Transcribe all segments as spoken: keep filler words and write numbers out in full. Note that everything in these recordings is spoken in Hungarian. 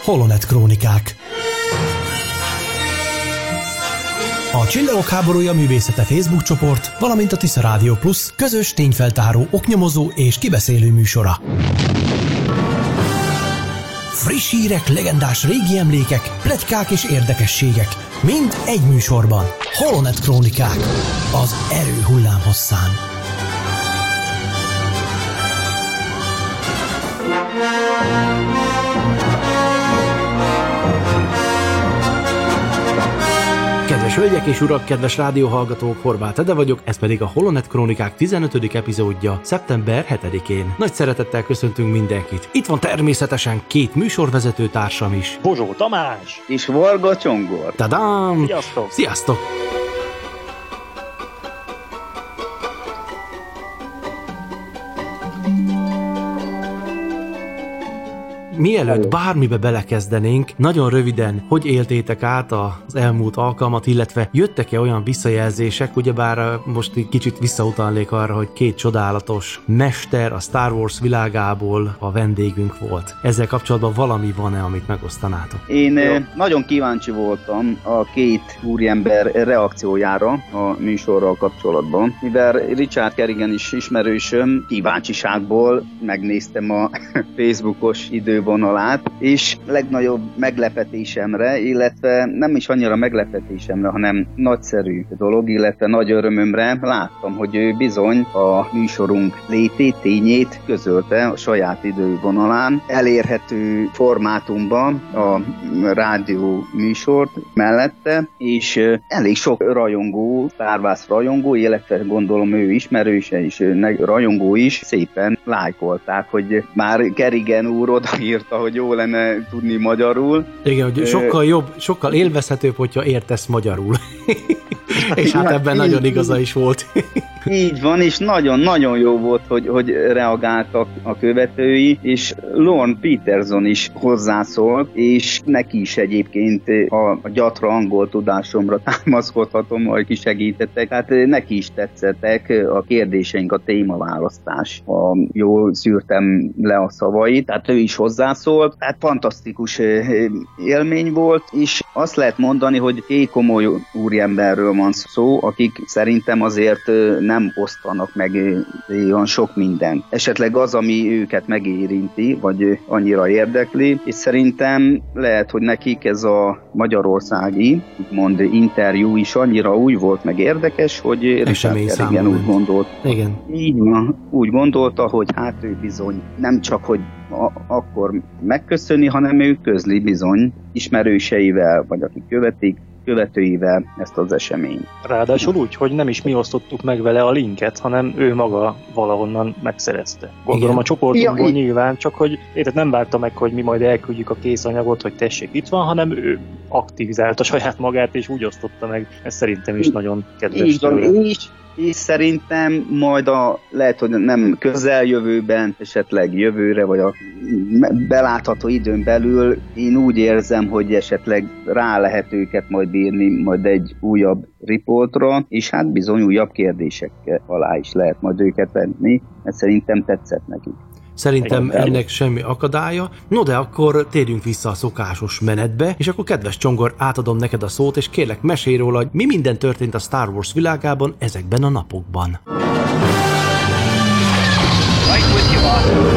Holonet Krónikák. A Csillagok háborúja művészete Facebook csoport, valamint a Tisza Rádió Plus közös tényfeltáró, oknyomozó és kibeszélő műsora. Friss hírek, legendás régi emlékek, pletykák és érdekességek. Mind egy műsorban. Holonet Krónikák. Az erő hullámhosszán. Kedves hölgyek és urak, kedves rádióhallgatók, Horváth Ede vagyok, ez pedig a Holonet Krónikák tizenötödik epizódja, szeptember hetedikén. Nagy szeretettel köszöntünk mindenkit. Itt van természetesen két műsorvezető társam is. Bozsó Tamás és Varga Csongor. Tadám! Sziasztok! Sziasztok! Mielőtt bármibe belekezdenénk, nagyon röviden, hogy éltétek át az elmúlt alkalmat, illetve jöttek-e olyan visszajelzések, ugyebár most egy kicsit visszautalnék arra, hogy két csodálatos mester a Star Wars világából a vendégünk volt. Ezzel kapcsolatban valami van-e, amit megosztanátok? Én Jó. nagyon kíváncsi voltam a két úriember reakciójára a műsorral kapcsolatban, mivel Richard Kerrigan is ismerősöm, kíváncsiságból megnéztem a Facebookos idő vonalát, és legnagyobb meglepetésemre, illetve nem is annyira meglepetésemre, hanem nagyszerű dolog, illetve nagy örömömre láttam, hogy ő bizony a műsorunk létét, tényét közölte a saját idővonalán, elérhető formátumban a rádió műsort mellette, és elég sok rajongó, Star Wars rajongó, illetve gondolom ő ismerőse és rajongó is szépen lájkolták, hogy már Kerrigan úr odaírta, hogy jó lenne tudni magyarul. Igen, hogy sokkal jobb, sokkal élvezhetőbb, hogyha értesz magyarul. És hát ebben így, nagyon igaza is volt. Így van, és nagyon-nagyon jó volt, hogy, hogy reagáltak a követői, és Lorne Peterson is hozzászólt, és neki is egyébként a gyatra angol tudásomra támaszkodhatom, hogy kisegítettek, hát neki is tetszettek a kérdéseink, a témaválasztás. A jól szűrtem le a szavait, tehát ő is hozzászólt, hát fantasztikus élmény volt, és azt lehet mondani, hogy két komoly úriemberről van szó, akik szerintem azért nem osztanak meg olyan sok mindent. Esetleg az, ami őket megérinti, vagy annyira érdekli, és szerintem lehet, hogy nekik ez a magyarországi, úgymond interjú is annyira úgy volt meg érdekes, hogy Richard Kerrigan úgy gondolt. Igen. Így van, úgy gondolta, hogy hát ő bizony nem csak, hogy a- akkor megköszöni, hanem ő közli bizony ismerőseivel, vagy akik követik, követőivel ezt az eseményt. Ráadásul úgy, hogy nem is mi osztottuk meg vele a linket, hanem ő maga valahonnan megszerezte. Gondolom igen. A csoportunkból ja, nyilván, csak hogy érted, nem várta meg, hogy mi majd elküldjük a kész anyagot, hogy tessék, itt van, hanem ő aktivizálta saját magát, és úgy osztotta meg. Ez szerintem is nagyon kedves. Így van, és, és szerintem majd a, lehet, hogy nem közeljövőben, esetleg jövőre, vagy a belátható időn belül én úgy érzem, hogy esetleg rá lehet őket majd bírni majd egy újabb riportra, és hát bizony újabb kérdések alá is lehet majd őket venni, mert szerintem tetszett nekik. Szerintem ennek semmi akadálya. No de akkor térjünk vissza a szokásos menetbe, és akkor kedves Csongor, átadom neked a szót, és kérlek mesélj róla, hogy mi minden történt a Star Wars világában ezekben a napokban. Right with you,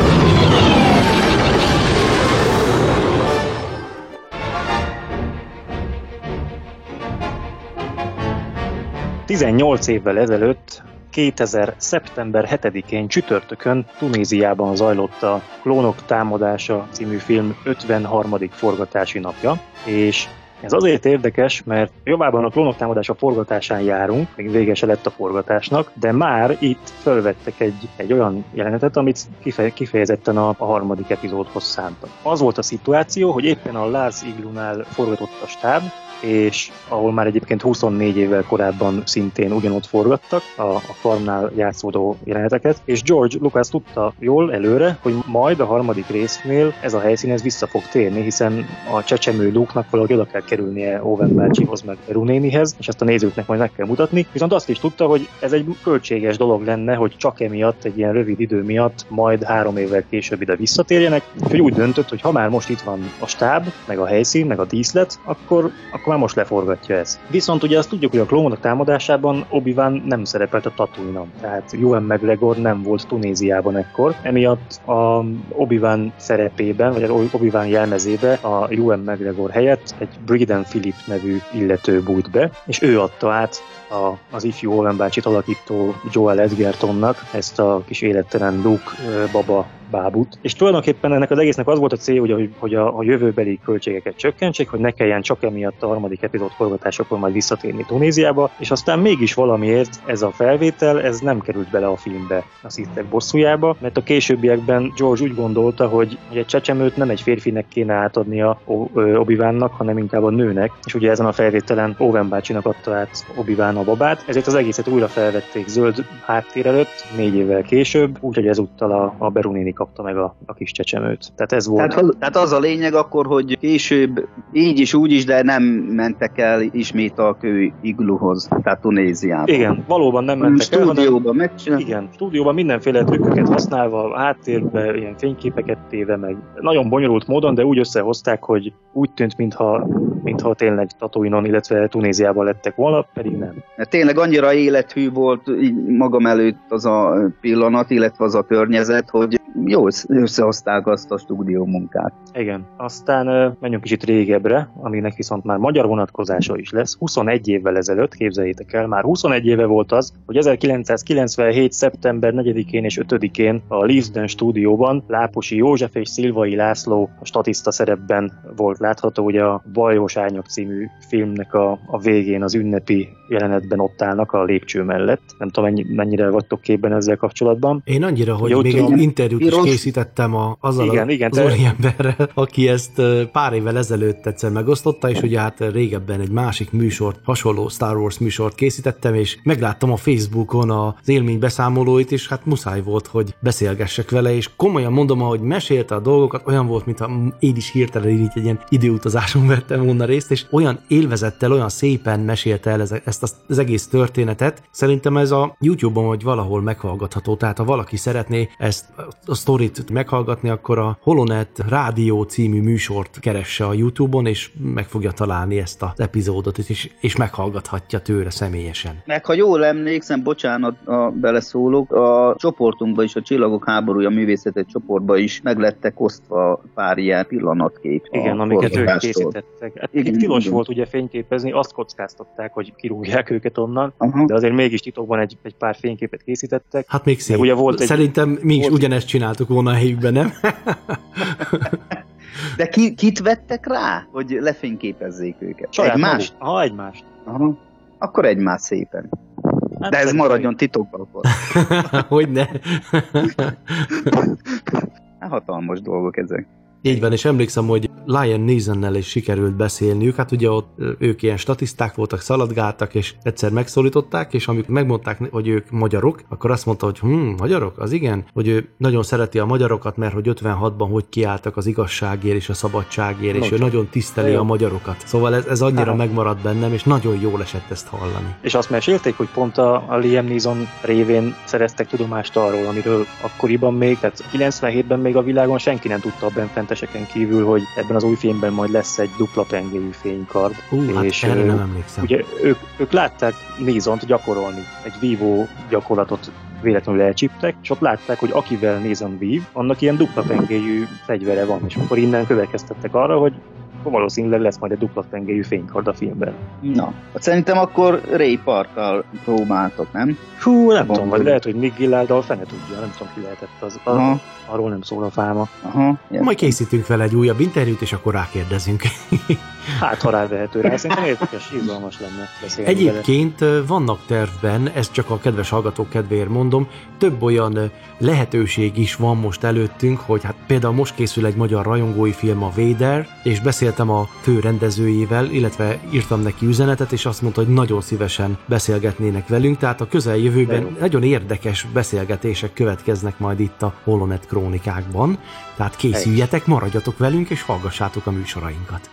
tizennyolc évvel ezelőtt, kétezer. szeptember hetedikén csütörtökön Tunéziában zajlott a Klónok támadása című film ötvenharmadik forgatási napja, és ez azért érdekes, mert jobbában a Klónok támadása forgatásán járunk, még vége se lett a forgatásnak, de már itt felvettek egy, egy olyan jelenetet, amit kife, kifejezetten a, a harmadik epizódhoz szántak. Az volt a szituáció, hogy éppen a Lars Iglunál forgatott a stáb, és ahol már egyébként huszonnégy évvel korábban szintén ugyanott forgattak a, a farmnál játszódó jeleneteket, és George Lucas tudta jól előre, hogy majd a harmadik résznél ez a helyszín ez vissza fog térni, hiszen a csecsemő Luke-nak valahogy oda kell kerülnie Owen bácsihoz meg Beru nénihez, és ezt a nézőknek majd meg kell mutatni, viszont azt is tudta, hogy ez egy költséges dolog lenne, hogy csak emiatt, egy ilyen rövid idő miatt majd három évvel később ide visszatérjenek, úgyhogy úgy döntött, hogy ha már most itt van a stáb, meg a helyszín, meg a díszlet, akkor, akkor már most leforgatja ezt. Viszont ugye azt tudjuk, hogy a klónok támadásában Obi-Wan nem szerepelt a Tatooine-on, tehát Ewan McGregor nem volt Tunéziában ekkor, emiatt a Obi-Wan szerepében, vagy az Obi-Wan jelmezébe a Ewan McGregor helyett egy Brigden Phillip nevű illető bújt be, és ő adta át a, az ifjú Owen bácsit alakító Joel Edgertonnak ezt a kis élettelen Luke baba bábút. És tulajdonképpen ennek az egésznek az volt a cél, hogy, hogy a, a jövőbeli költségeket csökkentsék, hogy ne kelljen csak emiatt a harmadik epizód forgatásokon majd visszatérni Tunéziába, és aztán mégis valamiért ez a felvétel, ez nem került bele a filmbe, a Sithek bosszújába, mert a későbbiekben George úgy gondolta, hogy egy csecsemőt nem egy férfinek kéne átadnia Obi-Wannak, hanem inkább a nőnek, és ugye ezen a felvételen Owen bácsinak adta át Obi-Wan a babát, ezért az egészet újra felvették zöld háttér előtt, négy évvel később, úgyhogy ezúttal a, a Beru néni kapta meg a, a kis csecsemőt. Tehát ez volt. Tehát, tehát az a lényeg akkor, hogy később így is, úgy is, de nem mentek el ismét a kő igluhoz, tehát Tunéziába. Igen, valóban nem mentek el, stúdióban megcsinálni. Igen, stúdióban mindenféle trükköket használva, háttérbe ilyen fényképeket téve meg. Nagyon bonyolult módon, de úgy összehozták, hogy úgy tűnt, mintha, mintha tényleg Tatooine-on, illetve Tunéziában lettek volna, pedig nem. Tényleg annyira élethű volt így magam előtt az a pillanat, illetve az a környezet, hogy jó összehozták azt a stúdió munkát. Igen. Aztán uh, menjünk kicsit régebbre, aminek viszont már magyar vonatkozása is lesz. huszonegy évvel ezelőtt, képzeljétek el, már huszonegy éve volt az, hogy ezerkilencszázkilencvenhét. szeptember negyedikén és ötödikén a Leavesden stúdióban Láposi József és Szilvai László a statiszta szerepben volt látható, ugye a Bajós Árnyak című filmnek a, a végén az ünnepi jelenetben ott állnak a lépcső mellett. Nem tudom, mennyi, mennyire vagytok képben ezzel kapcsolatban. Én annyira, hogy ugye, még tudom, egy interjút is készítettem a, azzal igen, a, igen, az úriemberrel, aki ezt pár évvel ezelőtt egyszer megosztotta, és ugye hát régebben egy másik műsort, hasonló Star Wars műsort készítettem, és megláttam a Facebookon az élmény beszámolóit, és hát muszáj volt, hogy beszélgessek vele, és komolyan mondom, ahogy mesélte a dolgokat, olyan volt, mintha én is hirtelen így egy ilyen időutazáson vettem volna részt, és olyan élvezettel, olyan szépen mesélte el ezt az egész történetet. Szerintem ez a YouTube-on vagy valahol meghallgatható, tehát ha valaki szeretné ezt a sztorit meghallgatni, akkor a Holonet Rádió című műsort keresse a YouTube-on, és meg fogja találni ezt az epizódot, és, és meghallgathatja tőle személyesen. Meg ha jól emlékszem, bocsánat, a beleszólok, a csoportunkban is, a Csillagok háborúja művészeti csoportban is meg lettek osztva pár ilyen pillanatkép. Igen, amiket ők készítettek. Hát igen, tilos igen. volt ugye fényképezni, azt kockáztatták, hogy kirúgják őket onnan, aha. de azért mégis titokban egy, egy pár fényképet készítettek. Hát még szép. Ugye volt egy, Szerintem mi is volt... ugyanezt csináltuk volna a helyükben, nem? De ki, kit vettek rá, hogy lefényképezzék őket? Saját egymást? Maguk. Aha, egymást. Aha. Akkor egymás szépen. Hát de ez maradjon titokban. Hogyne. Hatalmas dolgok ezek. Így van, és emlékszem, hogy Liam Neesonnel is sikerült beszélniük, hát ugye ott ők ilyen statiszták voltak, szaladgáltak, és egyszer megszólították, és amikor megmondták, hogy ők magyarok, akkor azt mondta, hogy hm, magyarok, az igen, hogy ő nagyon szereti a magyarokat, mert hogy ötvenhatban hogy kiálltak az igazságért és a szabadságért, és nagyon. ő nagyon tiszteli a magyarokat. Szóval ez, ez annyira Aha. megmaradt bennem, és nagyon jól esett ezt hallani. És azt mesélték, hogy pont a, a Liam Neeson révén szereztek tudomást arról, amiről akkoriban még, tehát kilencvenhétben még a világon senki nem tudta a benfenteseken kívül, hogy ebben az új filmben majd lesz egy dupla pengéjű fénykard. Uh, és hát erre nem emlékszem. Ugye ők, ők látták Neesont gyakorolni, egy vívó gyakorlatot véletlenül elcsíptek, és ott látták, hogy akivel Neeson vív, annak ilyen dupla pengéjű fegyvere van, és akkor innen következtettek arra, hogy valószínűleg lesz majd egy dupla pengéjű fénykard a filmben. Na, hát szerintem akkor Ray Parkkal próbáltok, nem? Hú, nem tudom, vagy lehet, hogy Nick Gillarddal fene tudja, nem tudom, ki lehetett az. A, arról nem szól a fáma. Aha, majd készítünk vele egy újabb interjút, és akkor rákérdezünk. Hát, ha rávehető rá, szerintem érdekes, izgalmas lenne beszélni. Egyébként vele. Vannak tervben, ezt csak a kedves hallgatók kedvéért mondom, több olyan lehetőség is van most előttünk, hogy hát például most készül egy magyar rajongói film, a Vader, és beszéltünk beszéltem a fő rendezőjével, illetve írtam neki üzenetet, és azt mondta, hogy nagyon szívesen beszélgetnének velünk, tehát a közeljövőben nagyon érdekes beszélgetések következnek majd itt a Holonet Krónikákban, tehát készüljetek, maradjatok velünk, és hallgassátok a műsorainkat.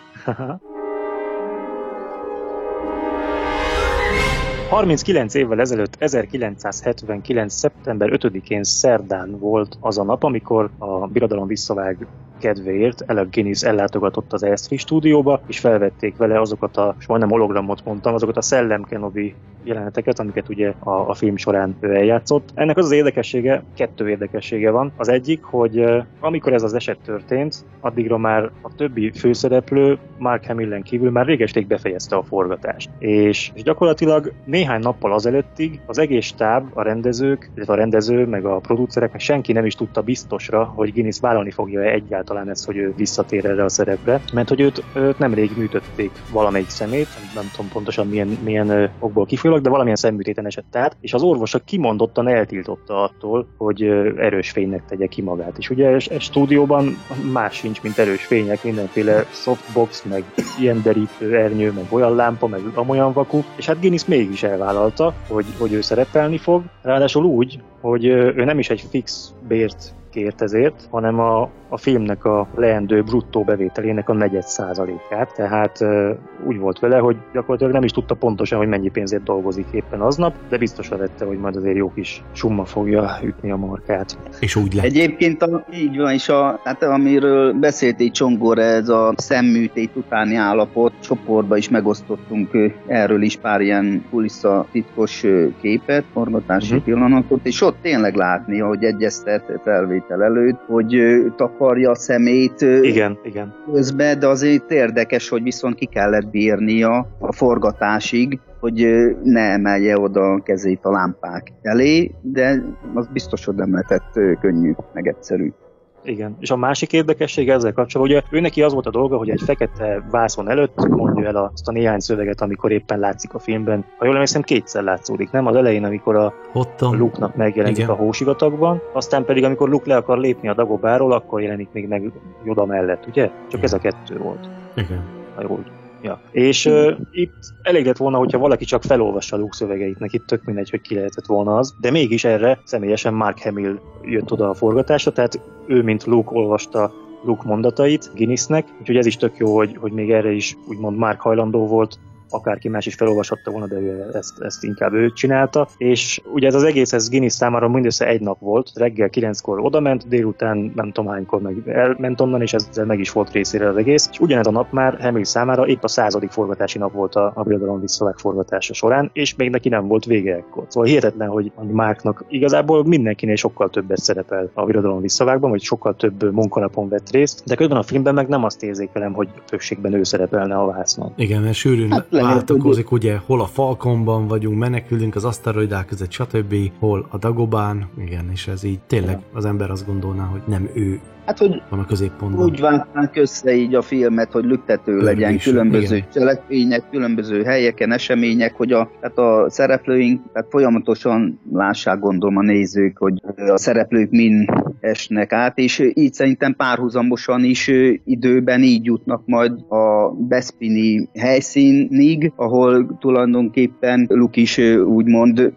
harminckilenc évvel ezelőtt, ezerkilencszázhetvenkilenc. szeptember ötödikén szerdán volt az a nap, amikor a Birodalom visszavág kedvéért Alec Guinness ellátogatott az Elstree stúdióba, és felvették vele azokat a, és majdnem hologramot mondtam, azokat a szellemkenobi jeleneteket, amiket ugye a, a film során ő eljátszott. Ennek az az érdekessége, kettő érdekessége van. Az egyik, hogy amikor ez az eset történt, addigra már a többi főszereplő, Mark Hamillen kívül már réges-rég befejezte a forgatást. És, és gyakorlatilag néhány nappal azelőttig az egész stáb, a rendezők, illetve a rendező, meg a producerek, meg senki nem is tudta biztosra, hogy Guinness vállalni fogja egyáltalán ezt, hogy ő visszatér erre a szerepre, mert hogy őt, őt nemrég műtötték valamelyik szemét, nem tudom pontosan milyen, milyen okból kifolyólag, de valamilyen szemműtéten esett át, és az orvosa kimondottan eltiltotta attól, hogy erős fénynek tegye ki magát. És ugye egy stúdióban más sincs, mint erős fények, mindenféle softbox, meg ilyen derítő ernyő, meg olyan lámpa, meg amolyan vaku, és hát Guinness mégis elvállalta, hogy, hogy ő szerepelni fog, ráadásul úgy, hogy ő nem is egy fix bért kért ezért, hanem a, a filmnek a leendő bruttó bevételének a negyed százalékát, tehát uh, úgy volt vele, hogy gyakorlatilag nem is tudta pontosan, hogy mennyi pénzért dolgozik éppen aznap, de biztosra vette, hogy majd azért jó kis summa fogja ütni a markát. És úgy lett. Egyébként a, így van, és a, hát amiről beszéltél Csongor, ez a szemműtét utáni állapot, csoportba is megosztottunk erről is pár ilyen kulissza titkos képet, forgatási uh-huh. pillanatot, és ott tényleg látni, hogy egyeztet felvétel előtt, hogy takarja a szemét igen, igen. közben, de azért érdekes, hogy viszont ki kellett bírnia a forgatásig, hogy ne emelje oda a kezét a lámpák elé, de az biztos, hogy nem lehetett könnyű, meg egyszerű. Igen. És a másik érdekessége ezzel kapcsolatban, hogy ő neki az volt a dolga, hogy egy fekete vászon előtt mondja el azt a néhány szöveget, amikor éppen látszik a filmben. Ha jól emlékszem, kétszer látszódik, nem? Az elején, amikor a, a Luke-nak megjelenik igen. a hósivatagban, aztán pedig, amikor Luke le akar lépni a Dagobáról, akkor jelenik még meg Yoda mellett, ugye? Csak igen. ez a kettő volt. Igen. Ha jól. Ja. És uh, itt elég lett volna, hogyha valaki csak felolvassa Luke szövegeit, neki tök mindegy, hogy ki lehetett volna az, de mégis erre személyesen Mark Hamill jött oda a forgatásra, tehát ő, mint Luke, olvasta Luke mondatait Guinnessnek, úgyhogy ez is tök jó, hogy, hogy még erre is úgymond Mark hajlandó volt, akárki más is felolvashatta volna, de ő ezt, ezt inkább ő csinálta. És ugye ez az egész, ez Guinness számára mindössze egy nap volt, reggel kilenckor odament, délután nem tudom hánykor meg elment onnan, és ezzel meg is volt részére az egész. És ugyanez a nap már Hamill számára épp a századik forgatási nap volt a, a Birodalom visszavág forgatása során, és még neki nem volt vége ekkor. Szóval hihetetlen, hogy Marknak igazából mindenkinél sokkal többet szerepel a Birodalom visszavágban, vagy sokkal több munkanapon vett részt, de közben a filmben meg nem azt érzékelem, hogy többségben ő szerepelne a vásznon. Igen, mert sűrűn hát váltakozik, ugye, hol a Falconban vagyunk, menekülünk az aszteroidák között, stb., hol a Dagobán, igen, és ez így tényleg az ember azt gondolná, hogy nem ő hát, hogy van a középpontban. Úgy vágták össze így a filmet, hogy lüktető legyen, is, különböző igen. cselekmények, különböző helyeken, események, hogy a, tehát a szereplőink tehát folyamatosan lássák, gondolom a nézők, hogy a szereplők mind esnek át, és így szerintem párhuzamosan is időben így jutnak majd a Bespini helyszínig, ahol tulajdonképpen Luke is úgymond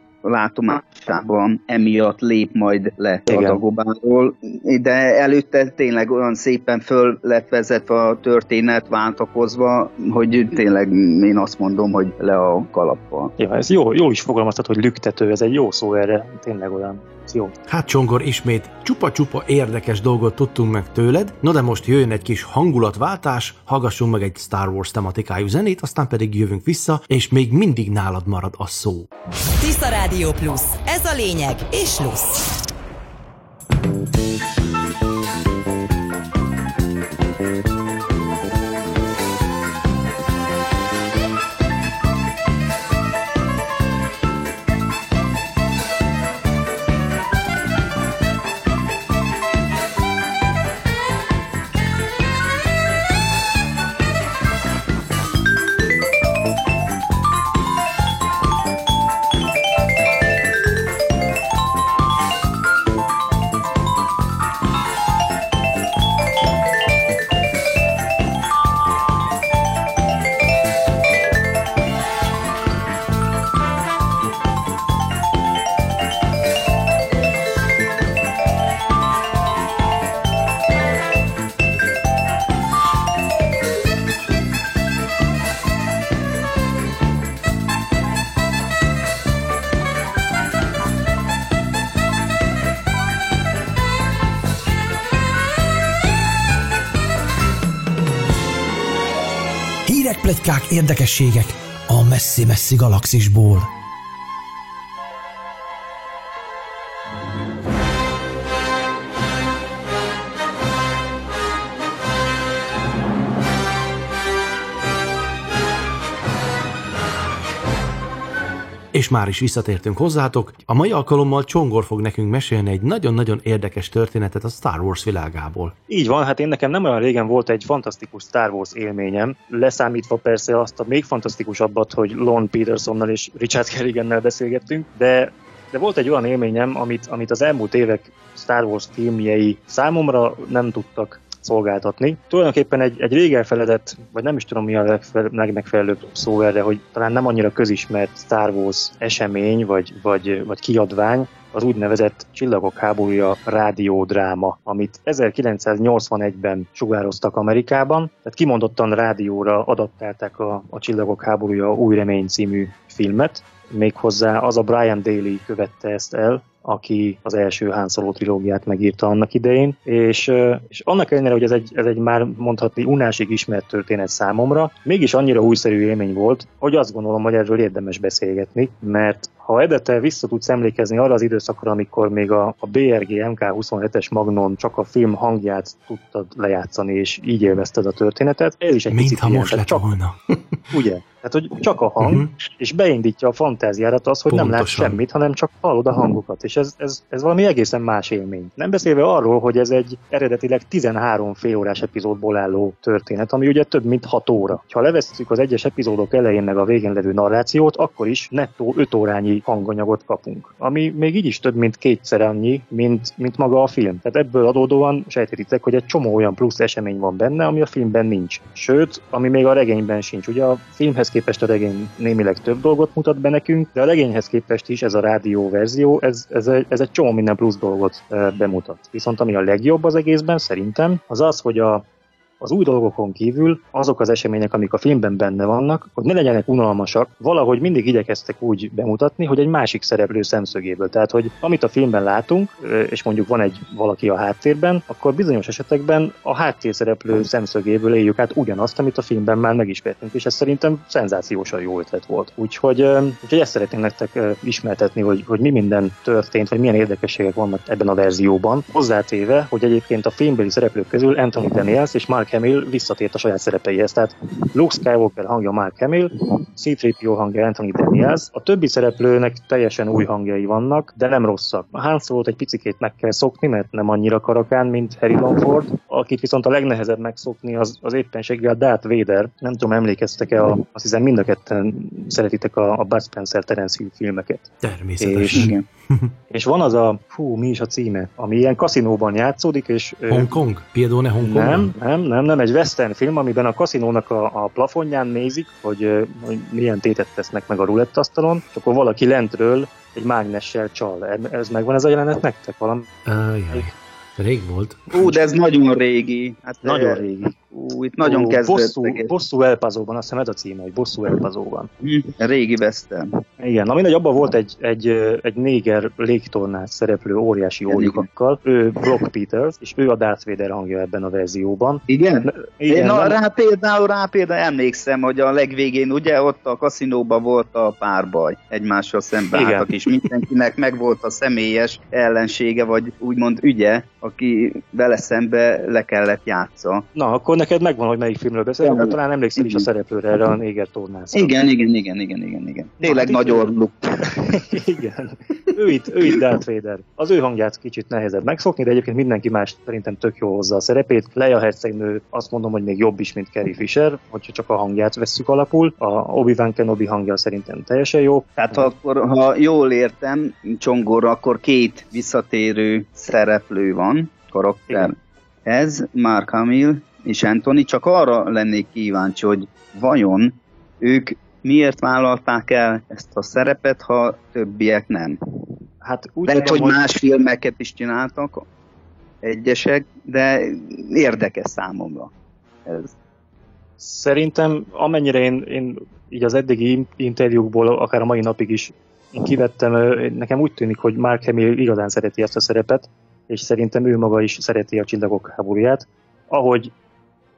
látomásában emiatt lép majd le igen. a Dagobáról, de előtte tényleg olyan szépen föl lett vezetve a történet váltakozva, hogy tényleg én azt mondom, hogy le a kalappal. Ja, ez jó, jó is fogalmaztat, hogy lüktető, ez egy jó szó erre, tényleg olyan. Jó. Hát Csongor, ismét csupa-csupa érdekes dolgot tudtunk meg tőled, no de most jöjjön egy kis hangulatváltás, hallgassunk meg egy Star Wars tematikájú zenét, aztán pedig jövünk vissza, és még mindig nálad marad a szó. Tisza Rádió Plusz. Ez a lényeg és plusz. Hírek, pletykák, érdekességek a messzi-messzi galaxisból. És már is visszatértünk hozzátok. A mai alkalommal Csongor fog nekünk mesélni egy nagyon-nagyon érdekes történetet a Star Wars világából. Így van, hát én nekem nem olyan régen volt egy fantasztikus Star Wars élményem, leszámítva persze azt a még fantasztikusabbat, hogy Lorne Petersonnal és Richard Kerrigannel beszélgettünk, de, de volt egy olyan élményem, amit, amit az elmúlt évek Star Wars filmjei számomra nem tudtak szolgáltatni. Tulajdonképpen egy, egy rég elfeledett, vagy nem is tudom mi a legmegfelelőbb szó erre, hogy talán nem annyira közismert Star Wars esemény, vagy, vagy, vagy kiadvány, az úgynevezett Csillagok háborúja rádiódráma, amit ezerkilencszáznyolcvanegyben sugároztak Amerikában, tehát kimondottan rádióra adaptálták a, a Csillagok háborúja új remény című filmet, méghozzá az a Brian Daley követte ezt el, aki az első Han Solo trilógiát megírta annak idején, és, és annak ellenére, hogy ez egy, ez egy már mondhatni unásig ismert történet számomra, mégis annyira újszerű élmény volt, hogy azt gondolom, hogy erről érdemes beszélgetni, mert ha Ede, te vissza tudsz emlékezni arra az időszakra, amikor még a, a bé er gé em ká huszonhetes Magnon csak a film hangját tudtad lejátszani, és így élvezted a történetet, ez is egy Mint picit ha ilyen, most lett csak, volna. ugye? Tehát, hogy csak a hang, uh-huh. és beindítja a fantáziárat az, hogy Pontosan. Nem látsz semmit, hanem csak hallod a hangokat, és ez, ez, ez valami egészen más élmény. Nem beszélve arról, hogy ez egy eredetileg tizenhárom fél órás epizódból álló történet, ami ugye több mint hat óra. Ha levesszük az egyes epizódok elején meg a végén levő narrációt, akkor is nettó öt órányi hanganyagot kapunk, ami még így is több mint kétszer annyi, mint, mint maga a film. Tehát ebből adódóan sejthetitek, hogy egy csomó olyan plusz esemény van benne, ami a filmben nincs. Sőt, ami még a regényben sincs. Ugye a filmhez képest a regény némileg több dolgot mutat be nekünk, de a regényhez képest is ez a rádió verzió, ez, ez, egy, ez egy csomó minden plusz dolgot e, bemutat. Viszont ami a legjobb az egészben szerintem, az az, hogy a az új dolgokon kívül azok az események, amik a filmben benne vannak, hogy ne legyenek unalmasak, valahogy mindig igyekeztek úgy bemutatni, hogy egy másik szereplő szemszögéből. Tehát, hogy amit a filmben látunk, és mondjuk van egy valaki a háttérben, akkor bizonyos esetekben a háttérszereplő szemszögéből éljük át ugyanazt, amit a filmben már megismertünk, és ez szerintem szenzációsan jó ötlet volt. Úgyhogy, úgyhogy ezt szeretném nektek ismertetni, hogy, hogy mi minden történt, vagy milyen érdekességek vannak ebben a verzióban. Hozzátéve, hogy egyébként a filmbeli szereplők közül Anthony Daniels és Mark Hamill visszatért a saját szerepeihez. Tehát Luke Skywalker hangja Mark Hamill, cé három pé o hangja Anthony Daniels. A többi szereplőnek teljesen új hangjai vannak, de nem rosszak. A Han Solót egy picikét meg kell szokni, mert nem annyira karakán, mint Harrison Ford. Akit viszont a legnehezebb megszokni, az, az éppenséggel Darth Vader. Nem tudom, emlékeztek-e, a, azt hiszem mind a ketten szeretitek a, a Bud Spencer Terence Hill filmeket. Természetesen. És, és van az a, fú, mi is a címe, ami ilyen kaszinóban játszódik, és... Hongkong? Piedone Hongkong? Nem, nem, nem, nem, egy western film, amiben a kaszinónak a, a plafonján nézik, hogy, hogy milyen tétet tesznek meg a rulettasztalon, és akkor valaki lentről egy mágnessel csal. Ez megvan ez a jelenet nektek valami? Ajaj. Rég volt. Ú, de ez nagyon régi. Hát nagyon régi. Ú, itt nagyon Ó, bosszú, kezdődtek. bosszú El Pasoban, azt hiszem ez a címe, hogy Bosszú El Pasoban. Hm, régi western. Igen, na mindegy, abban volt egy, egy, egy néger légtornát szereplő óriási ólyukakkal, ő Brock Peters, és ő a Darth Vader hangja ebben a verzióban. Igen? Igen, Én na, nem... rá például, rá például emlékszem, hogy a legvégén ugye ott a kaszinóban volt a párbaj egymással szemben álltak, és mindenkinek megvolt a személyes ellensége, vagy úgymond ügye, aki vele szembe le kellett játsza. Na, akkor neked megvan, hogy melyik filmről beszélünk, akkor talán emlékszel is a szereplőre, erre a néger tornászra. Igen, igen, igen, igen, igen, igen. Tényleg Na, nagy orruk. Igen. Ő itt, ő itt Darth Vader. Az ő hangját kicsit nehezebb megszokni, de egyébként mindenki más szerintem tök jó hozza a szerepét. Leia hercegnő azt mondom, hogy még jobb is, mint Carrie Fisher, hogyha csak a hangját vesszük alapul. A Obi-Wan Kenobi hangja szerintem teljesen jó. Tehát ha, akkor, ha jól értem, Csongorra, akkor két visszatérő szereplő van, karakter. Igen. Ez Mark Hamill és Anthony, csak arra lennék kíváncsi, hogy vajon ők miért vállalták el ezt a szerepet, ha többiek nem? Hát úgy lehet, tudom, hogy más filmeket is csináltak egyesek, de érdekes számomra ez. Szerintem amennyire én, én így az eddigi interjúkból, akár a mai napig is én kivettem, nekem úgy tűnik, hogy Mark Hamill igazán szereti ezt a szerepet, és szerintem ő maga is szereti a Csillagok háborúját. Ahogy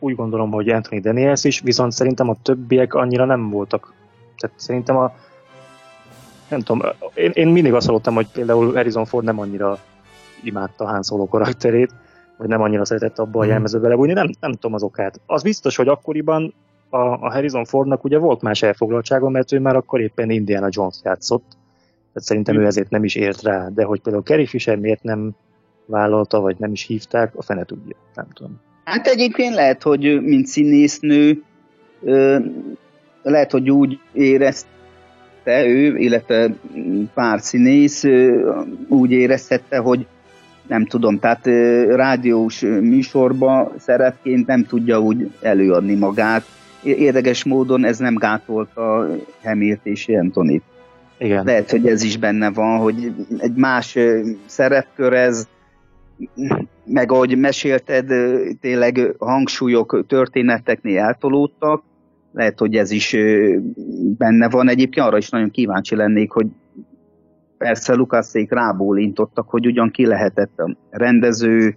úgy gondolom, hogy Anthony Daniels is, viszont szerintem a többiek annyira nem voltak. Tehát szerintem a nem tudom, én, én mindig azt hallottam, hogy például Harrison Ford nem annyira imádta Han Solo karakterét, vagy nem annyira szeretett abba a jelmezőbe lebújni, nem, nem tudom az okát. Az biztos, hogy akkoriban a, a Harrison Fordnak ugye volt más elfoglaltsága, mert ő már akkor éppen Indiana Jones játszott, tehát szerintem ő ezért nem is ért rá, de hogy például Carrie Fisher miért nem vállalta, vagy nem is hívták, a fene tudja, nem tudom. Hát egyébként lehet, hogy mint színésznő, lehet, hogy úgy érezte ő, illetve pár színész úgy érezhette, hogy nem tudom, tehát rádiós műsorba szerepként nem tudja úgy előadni magát. Érdekes módon ez nem gátolta Hamilt és Anthonyt. Igen. Lehet, hogy ez is benne van, hogy egy más szerepkör ez, meg ahogy mesélted, tényleg hangsúlyok történeteknél eltolódtak, lehet, hogy ez is benne van. Egyébként arra is nagyon kíváncsi lennék, hogy persze Lucasszék rábólintottak, hogy ugyan ki lehetett a rendező,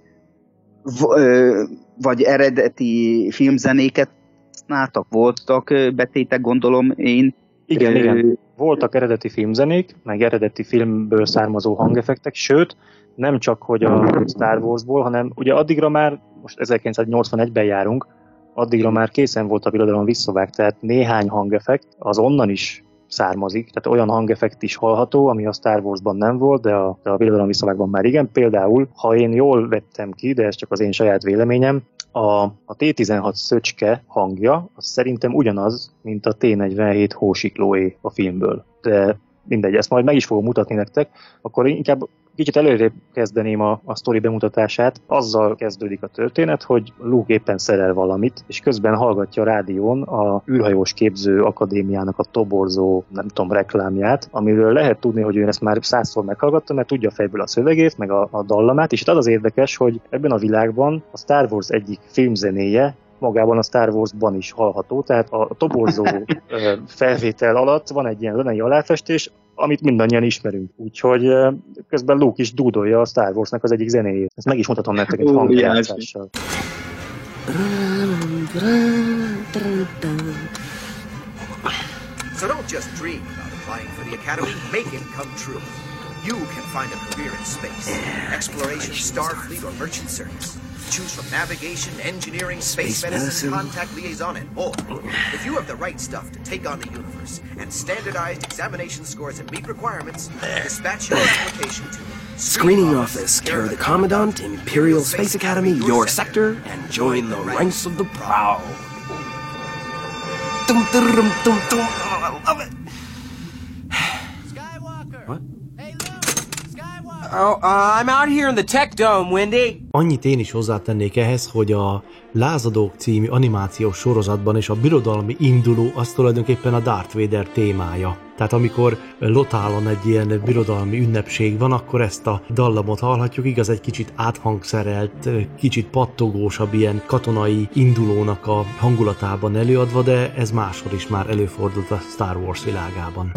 vagy eredeti filmzenéket használtak, voltak betétek, gondolom én. Igen, ö... igen. Voltak eredeti filmzenék, meg eredeti filmből származó hangeffektek, sőt, nem csak hogy a Star Warsból, hanem ugye addigra már, most ezerkilencszáznyolcvanegyben járunk, addigra már készen volt a birodalom visszavág, tehát néhány hangeffekt az onnan is származik, tehát olyan hangeffekt is hallható, ami a Star Warsban nem volt, de a, de a birodalom visszavágban már igen. Például, ha én jól vettem ki, de ez csak az én saját véleményem, a, a té tizenhat szöcske hangja, az szerintem ugyanaz, mint a té negyvenhét hósiklóé a filmből. De mindegy, ezt majd meg is fogom mutatni nektek, akkor inkább kicsit előrébb kezdeném a, a sztori bemutatását. Azzal kezdődik a történet, hogy Luke éppen szerel valamit, és közben hallgatja a rádión a űrhajós képző akadémiának a toborzó, nem tudom, reklámját, amiről lehet tudni, hogy ő ezt már százszor meghallgatta, mert tudja fejből a szövegét, meg a, a dallamát, és itt az az érdekes, hogy ebben a világban a Star Wars egyik filmzenéje magában a Star Warsban is hallható, tehát a toborzó felvétel alatt van egy ilyen zenei aláfestés, amit mindannyian ismerünk. Úgyhogy közben Luke is dúdolja a Star Warsnak az egyik zenéjét. Ezt meg is mutatom nektek egy hangjátszással. So don't just dream about applying for the academy, make it come true. You can find a career in space, exploration, Starfleet, or merchant service. Choose from navigation, engineering, space, space medicine, medicine, contact liaison, and more. If you have the right stuff to take on the universe and standardized examination scores and meet requirements, dispatch your application to Screening Office, care of the Commandant, Imperial Space Academy, your sector, and join the ranks of the proud. Dum, dum, dum, dum. Oh, I love it. Skywalker! What? Hey, Luke! Skywalker! Oh, uh, I'm out here in the Tech Dome, Wendy. Annyit én is hozzátennék ehhez, hogy a Lázadók című animációs sorozatban és a birodalmi induló az tulajdonképpen a Darth Vader témája. Tehát amikor Lothalon egy ilyen birodalmi ünnepség van, akkor ezt a dallamot hallhatjuk, igaz, egy kicsit áthangszerelt, kicsit pattogósabb ilyen katonai indulónak a hangulatában előadva, de ez máshol is már előfordult a Star Wars világában.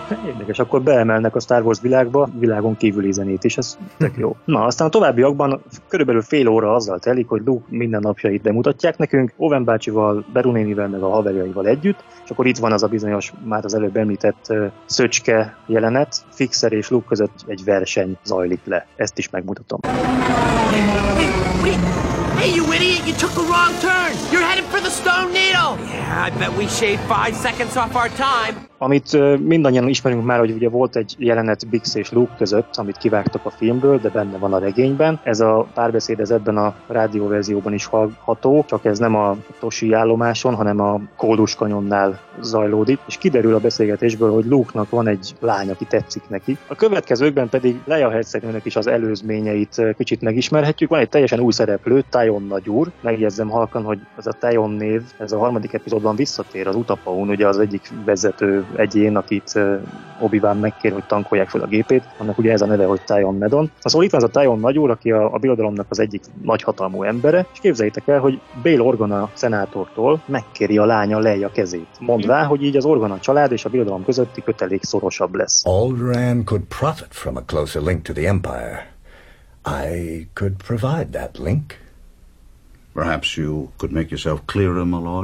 Érdekes, akkor beemelnek a Star Wars világba, világon kívüli zenét is, ez tök jó. Na, aztán a továbbiakban körülbelül fél óra azzal telik, hogy Luke minden napjait bemutatják nekünk, Owen bácsival, Beru nénivel, meg a haverjaival együtt, és akkor itt van az a bizonyos, már az előbb említett uh, szöcske jelenet, Fixer és Luke között egy verseny zajlik le. Ezt is megmutatom. Wait, wait. Hey, you idiot! You took the wrong turn! You're headed for the Stone Needle! Yeah, I bet we shaved five seconds off our time. Amit uh, mindannyian ismerünk már, hogy ugye volt egy jelenet Bix és Luke között, amit kivágtak a filmből, de benne van a regényben. Ez a párbeszéd ez ebben a rádióverzióban is hallható, csak ez nem a Toshi állomáson, hanem a Koldus kanyonnál zajlódik, és kiderül a beszélgetésből, hogy Luke-nak van egy lány, aki tetszik neki. A következőkben pedig Leia hercegnőnek is az előzményeit kicsit megismerhetjük. Van egy teljesen új szereplő, Tion nagyúr. Megjegyzem halkan, hogy ez a Tion név, ez a harmadik epizódban visszatér az Utapaun, ugye az egyik vezető egyén, akit Obi-Wan megkér, hogy tankolják fel a gépét, annak ugye ez a neve, hogy Tion Medon. Szóval itt van ez a Tion nagyúr, aki a, a birodalomnak az egyik nagyhatalmú embere, és képzeljétek el, hogy Bail Organa szenátortól megkéri a lánya Leia kezét, mondvá, hogy így az Organa család és a birodalom közötti kötelék szorosabb lesz. Alderaan could profit from a closer link to the Empire. I could provide that link. Perhaps you could make yourself clearer, my lord.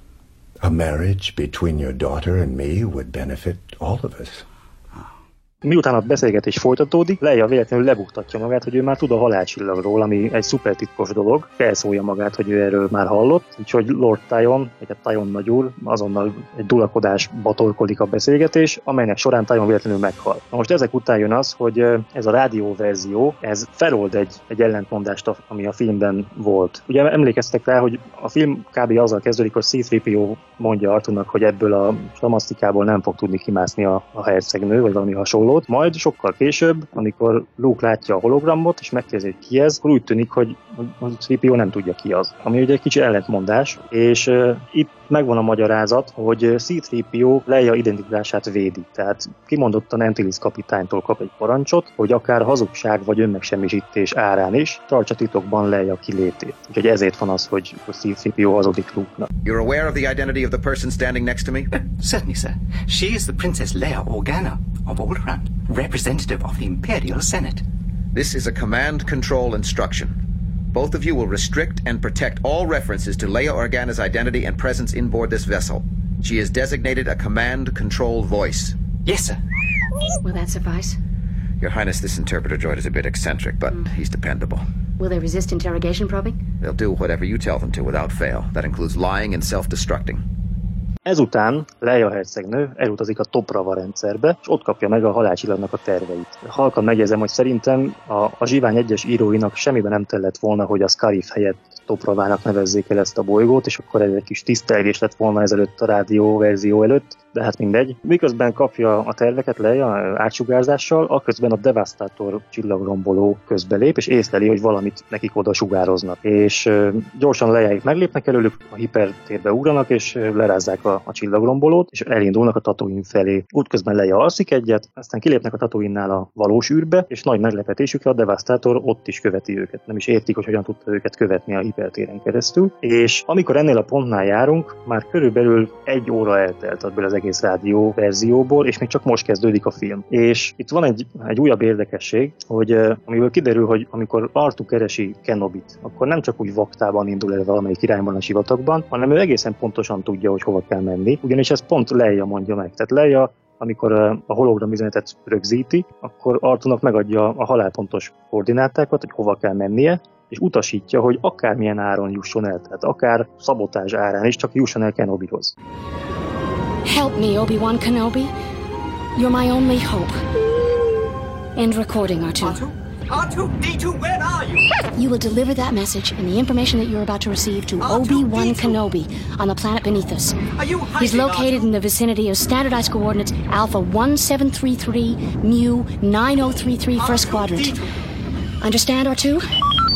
A marriage between your daughter and me would benefit all of us. Miután a beszélgetés folytatódik, Leia véletlenül lebuktatja magát, hogy ő már tud a halálcsillagról, ami egy szuper titkos dolog. Felszólja magát, hogy ő erről már hallott, úgyhogy Lord Tion, vagy a Tion nagyúr, azonnal egy dulakodásba torkolik a beszélgetés, amelynek során Tion véletlenül meghal. Na most ezek után jön az, hogy ez a rádióverzió, ez felold egy, egy ellentmondást, ami a filmben volt. Ugye emlékeztek rá, hogy a film kb. Azzal kezdődik, hogy C három P O mondja Arthurnak, hogy ebből a slamasztikából nem fog tudni kimászni a, a hercegnő, vagy valami hasonló. Majd sokkal később, amikor Luke látja a hologramot, és megkérdezi, hogy ki ez, akkor úgy tűnik, hogy a C három P O nem tudja ki az. Ami ugye egy kicsi ellentmondás, és uh, itt megvan a magyarázat, hogy C három P O Leia identitását védi. Tehát kimondottan Antilles kapitánytól kap egy parancsot, hogy akár hazugság vagy önmegsemmisítés árán is tartsa titokban Leia kilétét. Úgyhogy ezért van az, hogy a C három P O hazudik Luke-nak. You're aware of the identity of the person standing next to me? Uh, certainly, sir. She is the Princess Leia Organa of Alderaan, representative of the Imperial Senate. This is a command control instruction. Both of you will restrict and protect all references to Leia Organa's identity and presence inboard this vessel. She is designated a command control voice. Yes, sir. Will that suffice? Your Highness, this interpreter droid is a bit eccentric, but mm. he's dependable. Will they resist interrogation probing? They'll do whatever you tell them to without fail. That includes lying and self-destructing. Ezután Leia hercegnő elutazik a Toprava rendszerbe, és ott kapja meg a halálcsillagnak a terveit. Halkan megjegyzem, hogy szerintem a, a Zsivány egyes íróinak semmiben nem tellett volna, hogy a Scarif helyett Topravának nevezzék el ezt a bolygót, és akkor ez egy kis tisztelgés lett volna ezelőtt a rádió verzió előtt, de hát mindegy. Miközben kapja a terveket Leia átsugárzással, aközben a Devastator csillagromboló közbelép, és észleli, hogy valamit nekik oda sugároznak. És uh, gyorsan Leiaik meglépnek előlük, a hipertérbe ugranak, és uh, lerázzák a, a csillagrombolót, és elindulnak a Tatooine felé. Útközben Leia alszik egyet, aztán kilépnek a Tatooine-nál a valós űrbe, és nagy meglepetésükre a Devastator ott is követi őket. Nem is értik, hogy hogyan tudta őket követni a hipertéren keresztül. És amikor ennél a pontnál járunk, már körülbelül egy óra eltelt ebből az egész rádió verzióból, és még csak most kezdődik a film. És itt van egy, egy újabb érdekesség, hogy uh, amiből kiderül, hogy amikor Artu keresi Kenobit, akkor nem csak úgy vaktában indul el valamelyik irányban a sivatagban, hanem ő egészen pontosan tudja, hogy hova kell menni, ugyanis ez pont Leia mondja meg. Tehát Leia, amikor uh, a hologram üzenetet rögzíti, akkor Artunak megadja a halálpontos koordinátákat, hogy hova kell mennie, és utasítja, hogy akármilyen áron jusson el, tehát akár szabotázs árán is, csak jusson el Kenobihoz. Help me, Obi-Wan Kenobi. You're my only hope. End recording, R two. R two? R two, D two, where are you? You will deliver that message and the information that you're about to receive to Obi-Wan Kenobi on the planet beneath us. Are you He's located in the vicinity of standardized coordinates Alpha one seven three three, Mu nine oh three three, first quadrant. Understand, R two?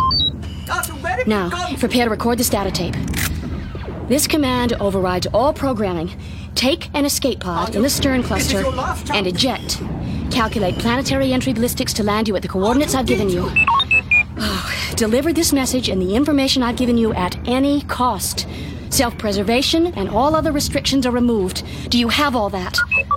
Now, prepare to record this data tape. This command overrides all programming. Take an escape pod in the stern cluster and eject. Calculate planetary entry ballistics to land you at the coordinates I've given you. Oh, deliver this message and the information I've given you at any cost. Self-preservation and all other restrictions are removed. Do you have all that?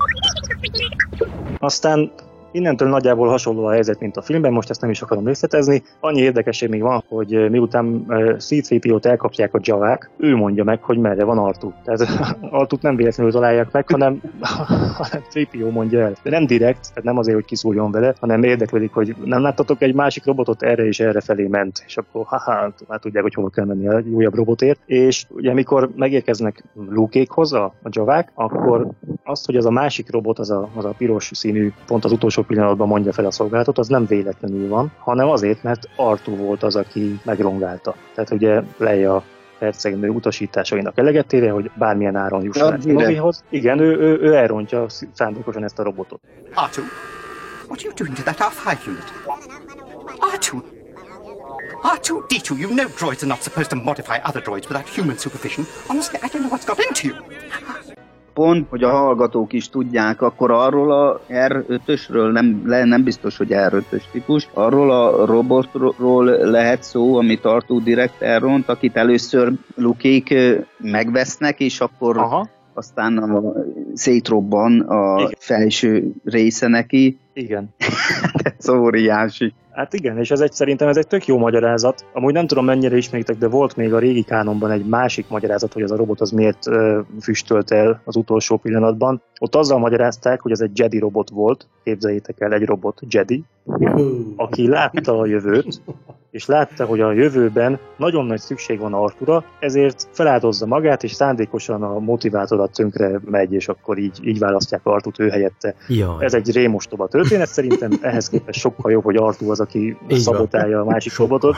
Aztán innentől nagyjából hasonló a helyzet, mint a filmben, most ezt nem is akarom részletezni. Annyi érdekesség még van, hogy miután cé három pé ó-t elkapják a Javák, ő mondja meg, hogy merre van Artú. Tehát Artút nem véletlenül találják meg, hanem, hanem cé pé ó mondja el. De nem direkt, tehát nem azért, hogy kiszúrjon vele, hanem érdeklődik, hogy nem láttatok egy másik robotot, erre és erre felé ment. És akkor haha, már tudják, hogy hol kell menni a újabb robotért. És ugye mikor megérkeznek Luke-ékhoz a, a Javák, akkor azt, hogy az a másik robot, az a, az a piros színű, pont az utolsó pillanatban mondja fel a szolgálatot, az nem véletlenül van, hanem azért, mert Artú volt az, aki megrongálta. Tehát ugye Leia hercegnő utasításainak eleget téve, hogy bármilyen áron jusson el Kenobihoz. Igen, ő, ő, ő elrontja szándékosan ezt a robotot. Artú, what are you doing to that R five unit? Artú! Artú, D two, you know droids are not supposed to modify other droids without human supervision. Honestly, I don't know what's got into you. Pont, hogy a hallgatók is tudják, akkor arról a er ötösről, nem, nem biztos, hogy er ötös típus, arról a robotról lehet szó, amit Artú direkt elront, akit először Luke-ék megvesznek, és akkor aha. aztán a, szétrobban a igen. felső része neki. Igen. Ez óriási. Hát igen, és ez egy, szerintem ez egy tök jó magyarázat. Amúgy nem tudom, mennyire ismeritek, de volt még a régi kánonban egy másik magyarázat, hogy az a robot az miért ö, füstölt el az utolsó pillanatban. Ott azzal magyarázták, hogy ez egy Jedi robot volt, képzeljétek el, egy robot Jedi, aki látta a jövőt, és látta, hogy a jövőben nagyon nagy szükség van Artúra, ezért feláldozza magát, és szándékosan a motivátorat tönkre megy, és akkor így, így választják Artút ő helyette. Jaj. Ez egy rémostoba történet, szerintem ehhez képest sokkal jobb, hogy Artú az, aki szabotálja a másik robotot.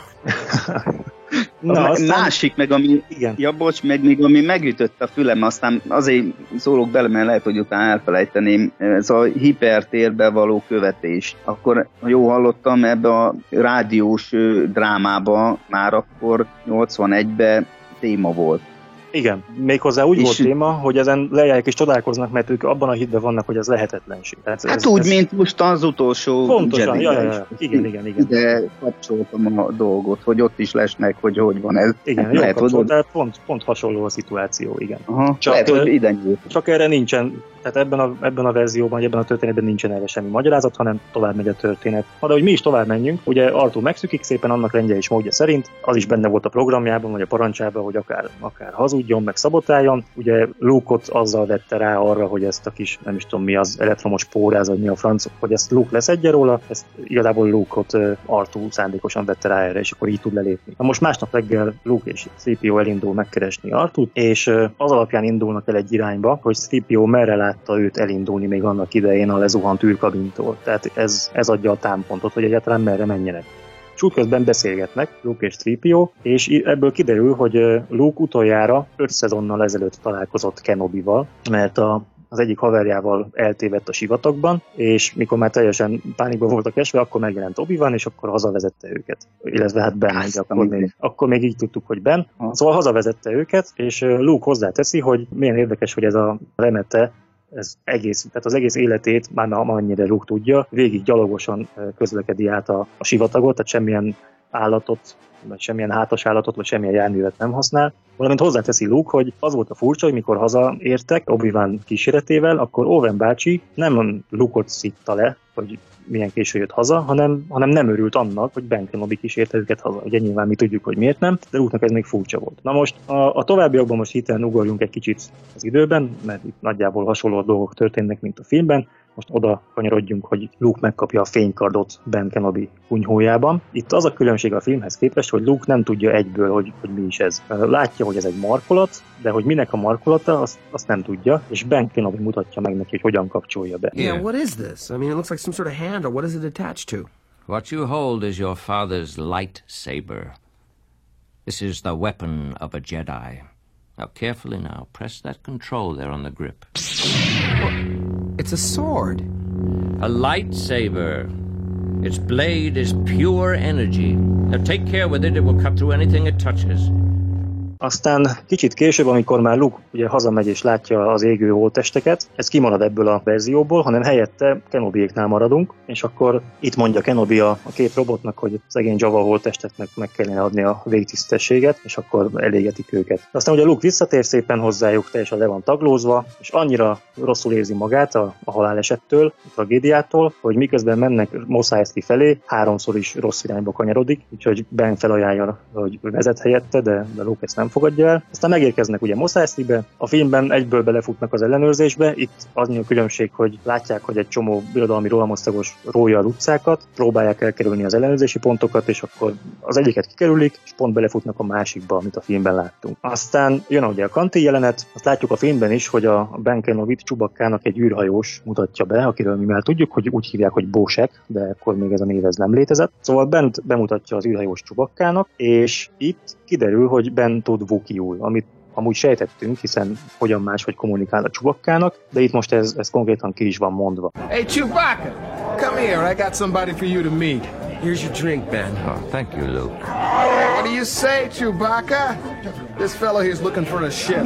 Na, aztán... másik, meg ami, igen. ja bocs, meg még ami megütött a fülem, aztán azért szólok bele, mert lehet, hogy utána elfelejteném, ez a hipertérbe való követés. Akkor, ha jól hallottam, ebbe a rádiós drámába már akkor nyolcvanegyben téma volt. Igen, méghozzá úgy és volt téma, hogy ezen Leiáik is csodálkoznak, mert ők abban a hitben vannak, hogy ez lehetetlenség. Tehát hát ez, úgy, ez... mint most az utolsó pontosan, ja, ja, ja. Igen, igen, igen. Ide kapcsoltam a dolgot, hogy ott is lesnek, hogy hogy van ez. Igen, jól lehet, kapcsoltál, hogy... pont, pont hasonló a szituáció, igen. Aha, csak, lehet, hogy ide nyújt. Csak erre nincsen, tehát ebben a, ebben a verzióban, ebben a történetben nincsen erre semmi magyarázat, hanem tovább megy a történet. Ha de hogy mi is tovább menjünk, ugye Artú megszűkik szépen annak rendje és módja szerint, az is benne volt a programjában, vagy a parancsában, hogy akár, akár hazudjon, meg szabotáljon. Ugye Luke-ot azzal vette rá arra, hogy ezt a kis, nem is tudom mi az, elektromos póráz, vagy mi a francok, hogy ezt Luke leszedje róla, ezt igazából Luke-ot Artú szándékosan vette rá erre, és akkor így tud lelépni. Na most másnap reggel Luke és cé pé ó elindul megkeresni Artút, és az alapján indulnak el egy irányba, hogy cé pé ó merre látta őt elindulni még annak idején a lezuhant űrkabintól. Tehát ez, ez adja a támpontot, hogy egyáltalán merre menjenek. És útközben beszélgetnek Luke és cé pé ó, és ebből kiderül, hogy Luke utoljára öt szezonnal ezelőtt találkozott Kenobival, mert a az egyik haverjával eltévedt a sivatagban, és mikor már teljesen pánikban voltak esve, akkor megjelent Obi-Wan, és akkor hazavezette őket. Illetve hát Ben, akkor még, akkor még így tudtuk, hogy Ben. Szóval hazavezette őket, és Luke hozzáteszi, hogy milyen érdekes, hogy ez a remete, ez egész, tehát az egész életét, már annyira Luke tudja, végig gyalogosan közlekedi át a, a sivatagot, tehát semmilyen állatot, vagy semmilyen hátas állatot, vagy semmilyen járművet nem használ. Valamint hozzáteszi Luke, hogy az volt a furcsa, hogy mikor hazaértek Obi-Wan kíséretével, akkor Owen bácsi nem Luke-ot szitta le, hogy milyen késő jött haza, hanem, hanem nem örült annak, hogy Ben Kenobi kísérte őket haza. Ugye nyilván mi tudjuk, hogy miért nem, de Luke-nak ez még furcsa volt. Na most a, a továbbiakban most hirtelen ugorjunk egy kicsit az időben, mert itt nagyjából hasonló dolgok történnek, mint a filmben. Most oda kanyarodjunk, hogy Luke megkapja a fénykardot Ben Kenobi kunyhójában. Itt az a különbség a filmhez képest, hogy Luke nem tudja egyből, hogy, hogy mi is ez. Látja, hogy ez egy markolat, de hogy minek a markolata, azt, azt nem tudja, és Ben Kenobi mutatja meg neki, hogy hogyan kapcsolja be. Yeah, what is this? I mean, it looks like some sort of handle. What is it attached to? What you hold is your father's lightsaber. This is the weapon of a Jedi. Now, carefully now, press that control there on the grip. It's a sword. A lightsaber. Its blade is pure energy. Now take care with it, it will cut through anything it touches. Aztán kicsit később, amikor már Luke ugye hazamegy és látja az égő holttesteket, ez kimarad ebből a verzióból, hanem helyette Kenobiéknál maradunk, és akkor itt mondja Kenobi a, a két robotnak, hogy szegény Java holttesteknek meg kellene adni a végtisztességet, és akkor elégetik őket. Aztán ugye Luke visszatér szépen hozzájuk, teljesen le van taglózva, és annyira rosszul érzi magát a, a halálesettől, a tragédiától, hogy miközben mennek Mos Eisley felé, háromszor is rossz irányba kanyarodik, úgyhogy Ben felajánlja, hogy vezet helyette, de, de Luke ezt nem fogadja el. Aztán megérkeznek ugye Mos Eisleybe, a filmben egyből belefutnak az ellenőrzésbe, itt az a különbség, hogy látják, hogy egy csomó birodalmi rohamosztagos rója az utcákat, próbálják elkerülni az ellenőrzési pontokat, és akkor az egyiket kikerülik, és pont belefutnak a másikba, amit a filmben láttunk. Aztán jön ugye a kanti jelenet, azt látjuk a filmben is, hogy a Ben Kenobi Chewbacca-nak egy űrhajós mutatja be, akiről mi már tudjuk, hogy úgy hívják, hogy Bósek, de akkor még ez a név ez nem létezett. Szóval Bent bemutatja az űrhajós Chewbacca-nak, és itt kiderül, hogy Ben tud Wookieul, amit amúgy sejtettünk, hiszen hogyan máshogy kommunikál a Chewbacca-nak, de itt most ez, ez konkrétan ki is van mondva. Hey Chewbacca, come here, I got somebody for you to meet. Here's your drink, Ben. Oh, thank you, Luke. What do you say, Chewbacca? This fellow here's looking for a ship.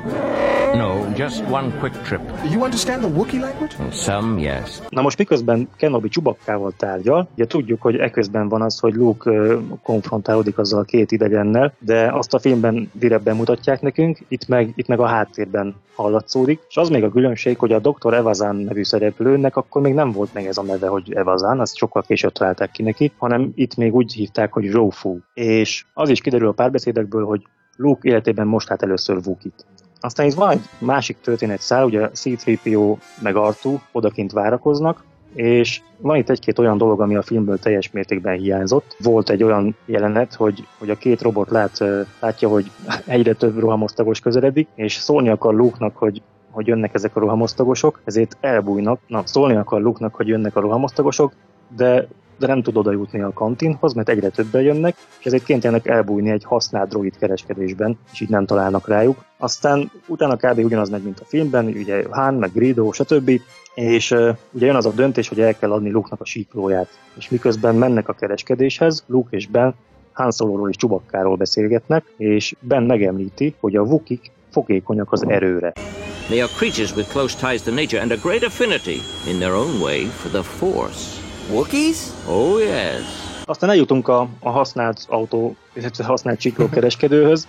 No, just one quick trip. Do you understand the Wookiee language? Some, yes. Na most miközben Kenobi Chewbaccával tárgyal, ugye tudjuk, hogy eközben van az, hogy Luke uh, konfrontálódik azzal a két idegennel, de azt a filmben direkt bemutatják nekünk, itt meg, itt meg a háttérben hallatszódik, és az még a különbség, hogy a doktor Evazan nevű szereplőnek akkor még nem volt meg ez a neve, hogy Evazan, azt sokkal később találták ki neki, hanem itt még úgy hívták, hogy Rofu. És az is kiderül a párbeszédekből, hogy Luke életében most lát először Wookit. Aztán itt van egy másik történetszál, ugye cé három pé o meg er kettő odakint várakoznak, és van itt egy-két olyan dolog, ami a filmből teljes mértékben hiányzott. Volt egy olyan jelenet, hogy, hogy a két robot lát, látja, hogy egyre több rohamosztagos közeledik, és szólni akar Luke-nak, hogy hogy jönnek ezek a rohamosztagosok, ezért elbújnak. Na, szólni akar Luke-nak, hogy jönnek a rohamosztagosok, de, de nem tud oda jutni a kantinhoz, mert egyre többen jönnek, és ezért kénytelenek elbújni egy használt droid kereskedésben, és így nem találnak rájuk. Aztán utána kb. Ugyanaz megy, mint a filmben, ugye Han, meg Greedo, stb. És uh, ugye jön az a döntés, hogy el kell adni Luke-nak a síklóját. És miközben mennek a kereskedéshez, Luke és Ben Han Soloról és Chewbaccáról beszélgetnek, és Ben megemlíti, hogy a Wookieek fogékonyak az erőre. They are creatures with close ties to nature and a great affinity, in their own way, for the Force. Wookiees? Oh, yes. Aztán eljutunk a, a használt autó, illetve használt csiklókereskedőhöz,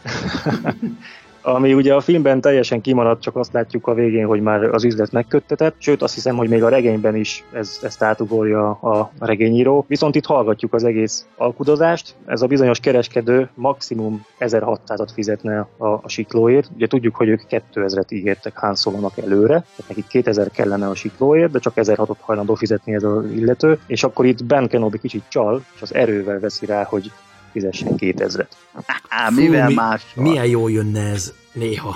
ami ugye a filmben teljesen kimaradt, csak azt látjuk a végén, hogy már az üzlet megköttetett, sőt azt hiszem, hogy még a regényben is ez, ezt átugorja a regényíró. Viszont itt hallgatjuk az egész alkudozást, ez a bizonyos kereskedő maximum ezerhatszázat fizetne a, a siklóért. Ugye tudjuk, hogy ők kétezret ígértek Han Solónak előre, tehát nekik kétezer kellene a siklóért, de csak ezerhatot hajlandó fizetni ez az illető, és akkor itt Ben Kenobi kicsit csal, és az erővel veszi rá, hogy fizessen kétezret. Á, mivel mi, más? Milyen jól jönne ez néha.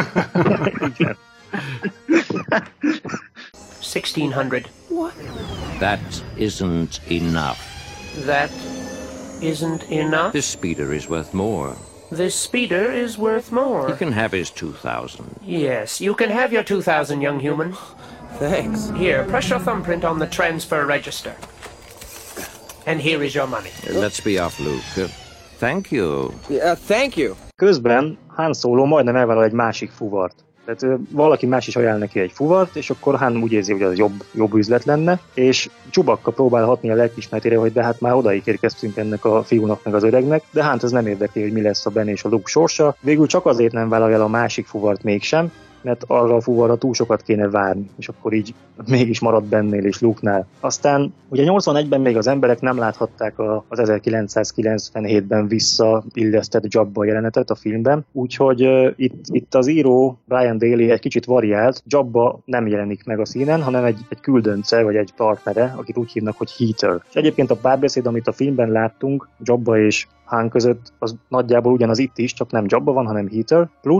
sixteen hundred. What? That isn't enough. That isn't enough? This speeder is worth more. This speeder is worth more. You can have his two thousand. Yes, you can have your two thousand, young human. Thanks. Here, press your thumbprint on the transfer register. And here is your money. Let's be off, Luke. Uh, thank you. Uh, thank you. Közben Han Solo majdnem elvállal egy másik fuvart. Tehát valaki más is ajánl neki egy fuvart, és akkor Han úgy érzi, hogy az jobb, jobb üzlet lenne, és Chewbacca próbál hatni a lelkiismeretére, hogy de hát már odaig érkeztünk ennek a fiúnak meg az öregnek, de Hát ez nem érdekli, hogy mi lesz a Ben és a Luke sorsa. Végül csak azért nem vállalja el a másik fuvart mégsem, mert arra a fuvarra túl sokat kéne várni, és akkor így mégis maradt Bennél és Luke-nál. Aztán ugye nyolcvanegyben még az emberek nem láthatták a, az ezerkilencszázkilencvenhétben visszaillesztett Jabba jelenetet a filmben, úgyhogy uh, itt, itt az író Brian Daley egy kicsit variált, Jabba nem jelenik meg a színen, hanem egy, egy küldönce vagy egy partnere, akit úgy hívnak, hogy Heater. És egyébként a párbeszéd, amit a filmben láttunk, Jabba és Han között, az nagyjából ugyanaz itt is, csak nem Jabba van, hanem Heater, plusz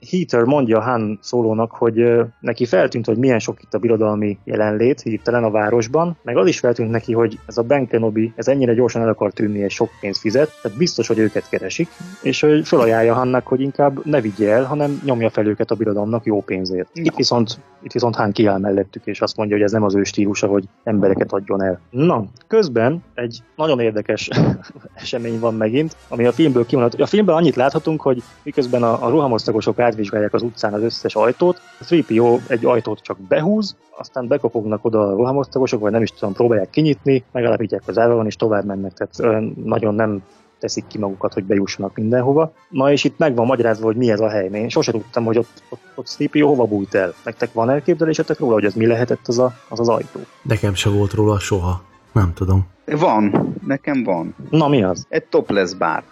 Heather mondja Han Solo-nak, hogy ö, neki feltűnt, hogy milyen sok itt a birodalmi jelenlét hirtelen a városban, meg az is feltűnt neki, hogy ez a Ben Kenobi, ez ennyire gyorsan el akar tűnni, és sok pénzt fizet, tehát biztos, hogy őket keresik, és hogy felajánlja Hannak, hogy inkább ne vigye el, hanem nyomja fel őket a birodalomnak jó pénzért. Itt viszont, itt viszont Han kiáll mellettük, és azt mondja, hogy ez nem az ő stílusa, hogy embereket adjon el. Na, közben egy nagyon érdekes esemény van megint, ami a filmből kimondható. A filmben annyit láthatunk, hogy miközben a, a rohamosztagosok átvizsgálják az utcán az összes ajtót, a három pé o egy ajtót csak behúz, aztán bekopognak oda a rohamosztagosok, vagy nem is tudom, próbálják kinyitni, megállapítják, hogy zárva van, és tovább mennek. Tehát ö, nagyon nem teszik ki magukat, hogy bejussanak mindenhova. Na és itt meg van magyarázva, hogy mi ez a hely. Én sose tudtam, hogy ott, ott, ott három pé o hova bújt el. Nektek van elképzelésetek róla, hogy ez mi lehetett az a, az, az ajtó? Nekem se volt róla soha. Nem tudom. Van, nekem van. Na mi az? Egy topless bár.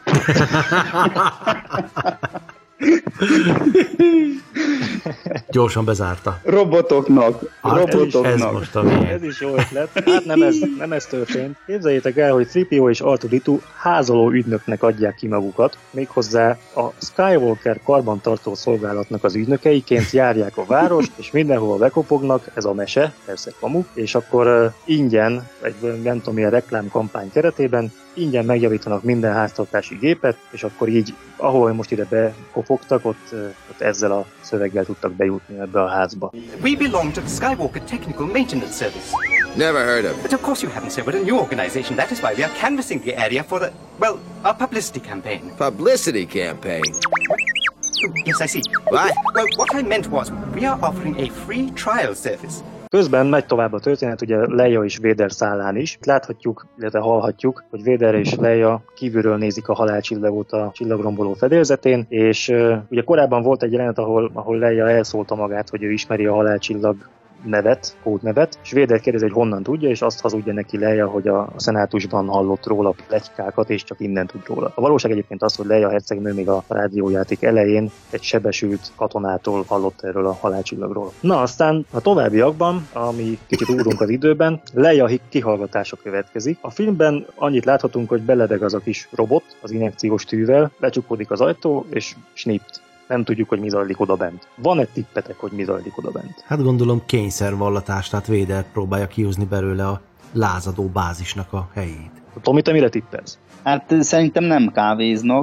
Gyorsan bezárta. Robotoknak. Hát robotoknak. Ez most a miénk. Ez is jó ötlet. Hát nem ez, nem ez történt. Képzeljétek el, hogy három pé o és er kettő dé kettő házaló ügynöknek adják ki magukat, méghozzá a Skywalker karbantartó szolgálatnak az ügynökeiként járják a várost, és mindenhol bekopognak, ez a mese, persze kamu, és akkor uh, ingyen, egy nem tudom milyen reklámkampány keretében ingyen megjavítanak minden háztartási gépet, és akkor így, ahol most ide bekopogtak, ott, ott ezzel a szöveggel tudtak bejutni ebbe a házba. We belong to the Skywalker Technical Maintenance Service. Never heard of it. But of course you haven't, sir. We're a new organization. That is why we are canvassing the area for the, well, our publicity campaign. Publicity campaign? Yes, I see. What? Well, what I meant was, we are offering a free trial service. Közben megy tovább a történet, ugye Leia és Vader szállán is. Láthatjuk, illetve hallhatjuk, hogy Vader és Leia kívülről nézik a halálcsillagot a csillagromboló fedélzetén, és uh, ugye korábban volt egy jelenet, ahol, ahol Leia elszólta magát, hogy ő ismeri a halálcsillag nevet, kódnevet, és Vader kérdezi, hogy honnan tudja, és azt hazudja neki Leia, hogy a, a szenátusban hallott róla pletykákat, és csak innen tud róla. A valóság egyébként az, hogy Leia hercegnő még a rádiójáték elején egy sebesült katonától hallott erről a halálcsillagról. Na aztán a továbbiakban, ami kicsit ugrunk az időben, Leia kihallgatása következik. A filmben annyit láthatunk, hogy beledeg az a kis robot az injekciós tűvel, lecsukódik az ajtó, és snipt. Nem tudjuk, hogy mi zajlik oda bent. Van-e tippetek, hogy mi zajlik oda bent? Hát gondolom kényszervallatás, tehát Vader próbálja kihúzni belőle a lázadó bázisnak a helyét. Tomi, te mire tippelsz? Hát szerintem nem kávéznak,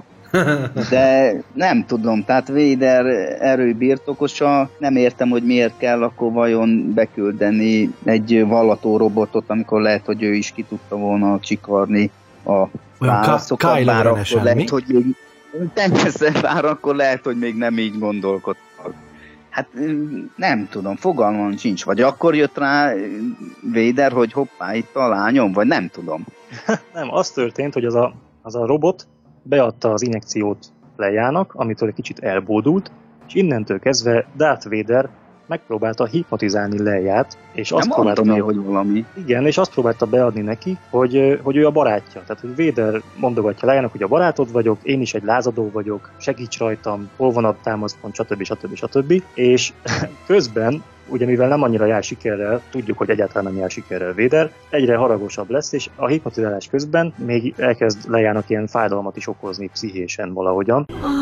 de nem tudom, tehát Vader erőbirtokosa, nem értem, hogy miért kell akkor vajon beküldeni egy vallató robotot, amikor lehet, hogy ő is ki tudta volna csikarni a válaszokat, bár akkor lehet, hogy még természetesen bár akkor lehet, hogy még nem így gondolkodtak. Hát nem tudom, fogalmam sincs. Vagy akkor jött rá Vader, hogy hoppá, itt a lányom, vagy nem tudom. Nem, az történt, hogy az a, az a robot beadta az injekciót Leiának, amitől egy kicsit elbódult, és innentől kezdve Darth Vader megpróbálta hipnotizálni Leiát, és azt nem próbálta mondom, hogy valami. Igen, és azt próbálta beadni neki, hogy, hogy ő a barátja. Tehát, hogy Vader mondogatja Leiának, hogy a barátod vagyok, én is egy lázadó vagyok, segíts rajtam, hol van a támaszpont, stb. stb. stb. És közben, ugye mivel nem annyira jár sikerrel, tudjuk, hogy egyáltalán nem jár sikerrel Vader, egyre haragosabb lesz, és a hipnotizálás közben még elkezd Leiának ilyen fájdalmat is okozni pszichésen valahogyan.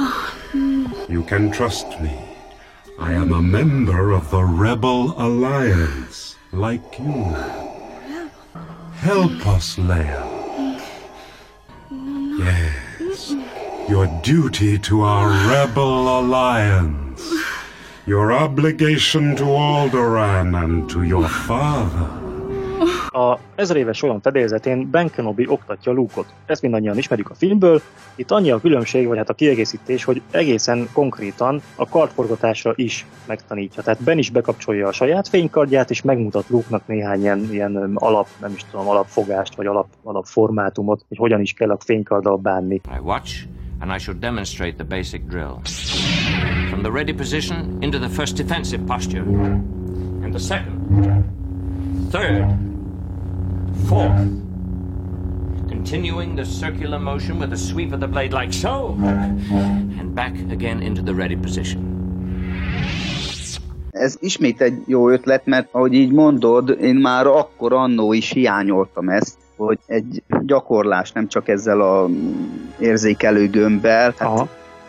You can trust me. I am a member of the Rebel Alliance, like you. Help us, Leia. Yes, your duty to our Rebel Alliance. Your obligation to Alderaan and to your father. A ezer éves olyan fedélzetén Ben Kenobi oktatja Luke-ot. Ezt mindannyian ismerjük a filmből. Itt annyi a különbség, vagy hát a kiegészítés, hogy egészen konkrétan a kardforgatásra is megtanítja. Tehát Ben is bekapcsolja a saját fénykardját, és megmutat Luke-nak néhány ilyen, ilyen alap, nem is tudom, alapfogást, vagy alap, alapformátumot, hogy hogyan is kell a fénykarddal bánni. I watch, and I shall demonstrate the basic drill. From the ready position into the first defensive posture. And the second, third, fourth. Continuing the circular motion with a sweep of the blade like so. And back again into the ready position. Ez ismét egy jó ötlet, mert ahogy így mondod, én már akkor annó is hiányoltam ezt, hogy egy gyakorlás nem csak ezzel a érzékelő gömbbel, hát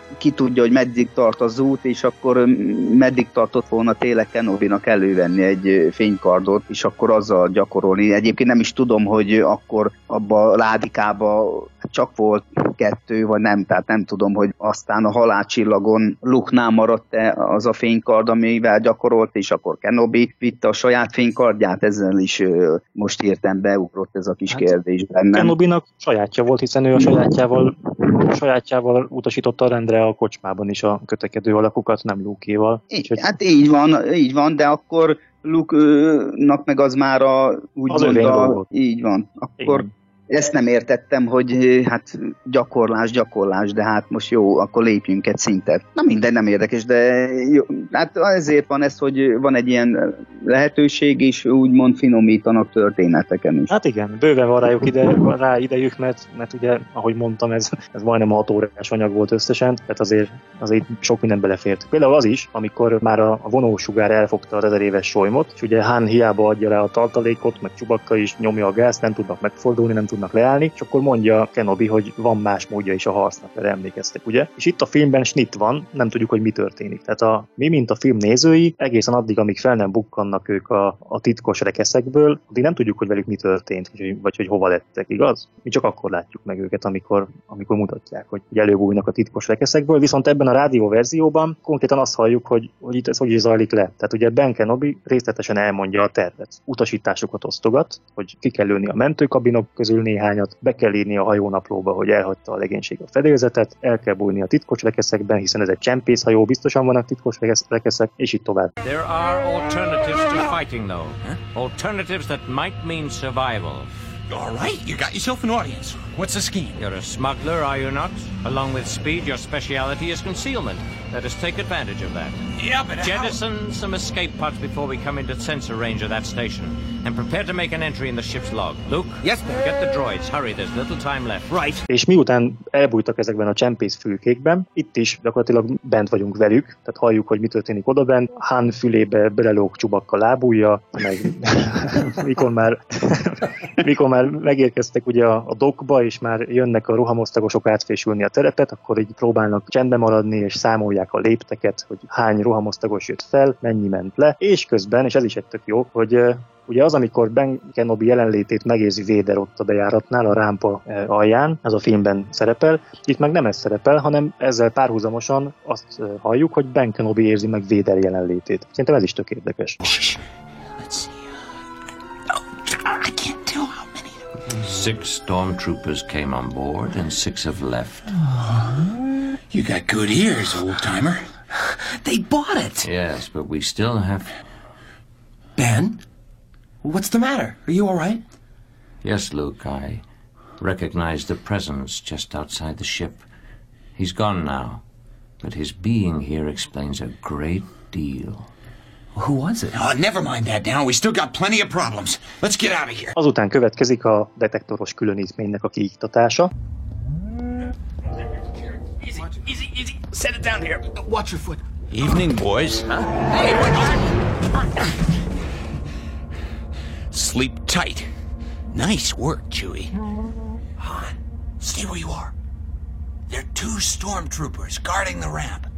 ki tudja, hogy meddig tart az út, és akkor meddig tartott volna tényleg Kenobinak elővenni egy fénykardot, és akkor azzal gyakorolni. Egyébként nem is tudom, hogy akkor abba a ládikába csak volt kettő, vagy nem, tehát nem tudom, hogy aztán a halálcsillagon Luke-nál maradt-e az a fénykard, amivel gyakorolt, és akkor Kenobi vitte a saját fénykardját, ezzel is most értem beugrott ez a kis hát, kérdés bennem. Kenobinak sajátja volt, hiszen ő a sajátjával, a sajátjával utasította a rendre a kocsmában is a kötekedő alakukat, nem Luke-éval. Úgyhogy... Hát így van, így van, de akkor Luke-nak meg az már a úgy az mondta, így van, akkor igen. Ezt nem értettem, hogy hát gyakorlás, gyakorlás, de hát most jó, akkor lépjünk egy szintet. Na minden nem érdekes, de jó, hát ezért van ez, hogy van egy ilyen lehetőség, és úgymond finomítanak történeteken is. Hát igen, bőven van rájuk ide, van rá idejük, mert, mert ugye, ahogy mondtam, ez, ez majdnem hat órás anyag volt összesen, tehát azért, azért sok minden belefért. Például az is, amikor már a, a vonósugár elfogta az ezer éves solymot, és ugye Han hiába adja rá a tartalékot, meg Chewbacca is nyomja a gázt, nem tudnak megfordulni, nem tudnak leállni, és akkor mondja Kenobi, hogy van más módja is a harcnak, erre emlékeztek, ugye? És itt a filmben snit van, nem tudjuk, hogy mi történik. Tehát a, mi, mint a film nézői, egészen addig, amíg fel nem bukkannak ők a, a titkos rekeszekből, addig nem tudjuk, hogy velük mi történt, vagy, vagy hogy hova lettek, igaz? Mi csak akkor látjuk meg őket, amikor, amikor mutatják, hogy előbújnak a titkos rekeszekből, viszont ebben a rádió verzióban konkrétan azt halljuk, hogy, hogy itt ez hogy is zajlik le. Tehát ugye Ben Kenobi részletesen elmondja a tervet. Utasításokat osztogat, hogy ki kell lőni a mentőkabinok közül néhányat, be kell írni a hajónaplóba, hogy elhagyta a legénység a fedélzetet, el kell bújni a titkos rekeszekben, hiszen ez egy csempészhajó, biztosan vannak titkos rekeszek, és így tovább. There are alternatives to fighting though. Huh? Alternatives that might mean survival. All right, you got yourself an audience. What's the scheme? You're a smuggler, are you not? Along with speed, your speciality is concealment. Let us take advantage of that. Yeah, but Jettison how? some escape pods before we come into sensor range of that station. And prepare to make an entry in the ship's log. Luke? Yes, ma'am. Get the droids. Hurry, there's little time left. Right. És miután elbújtak ezekben a csempész fülkékben, itt is gyakorlatilag bent vagyunk velük, tehát halljuk, hogy mi történik odabent. Han fülébe belelóg Chewbacca lábújja, meg mikor már mikor már megérkeztek ugye a, a dockba, és már jönnek a rohamosztagosok átfésülni a terepet, akkor így próbálnak csendben maradni, és számolják a lépteket, hogy hány rohamosztagos jött fel, mennyi ment le, és közben, és ez is egy tök jó, hogy ugye az, amikor Ben Kenobi jelenlétét megérzi Vader ott a bejáratnál, a rámpa alján, ez a filmben szerepel, itt meg nem ez szerepel, hanem ezzel párhuzamosan azt halljuk, hogy Ben Kenobi érzi meg Vader jelenlétét. Szerintem ez is tök érdekes. Six stormtroopers came on board and six have left. Oh, you got good ears, old-timer. They bought it. Yes, but we still have... Ben? What's the matter? Are you all right? Yes, Luke, I recognized a presence just outside the ship. He's gone now, but his being here explains a great deal. Who was it? Oh, never mind that now. We still got plenty of problems. Let's get out of here. Azután következik a detektoros különítménynek a kiiktatása. Easy, easy, easy. Set it down here. Watch your foot. Evening, boys. Huh? Hey, what? Sleep tight. Nice work, Chewie. Han, stay where you are. There are two stormtroopers guarding the ramp.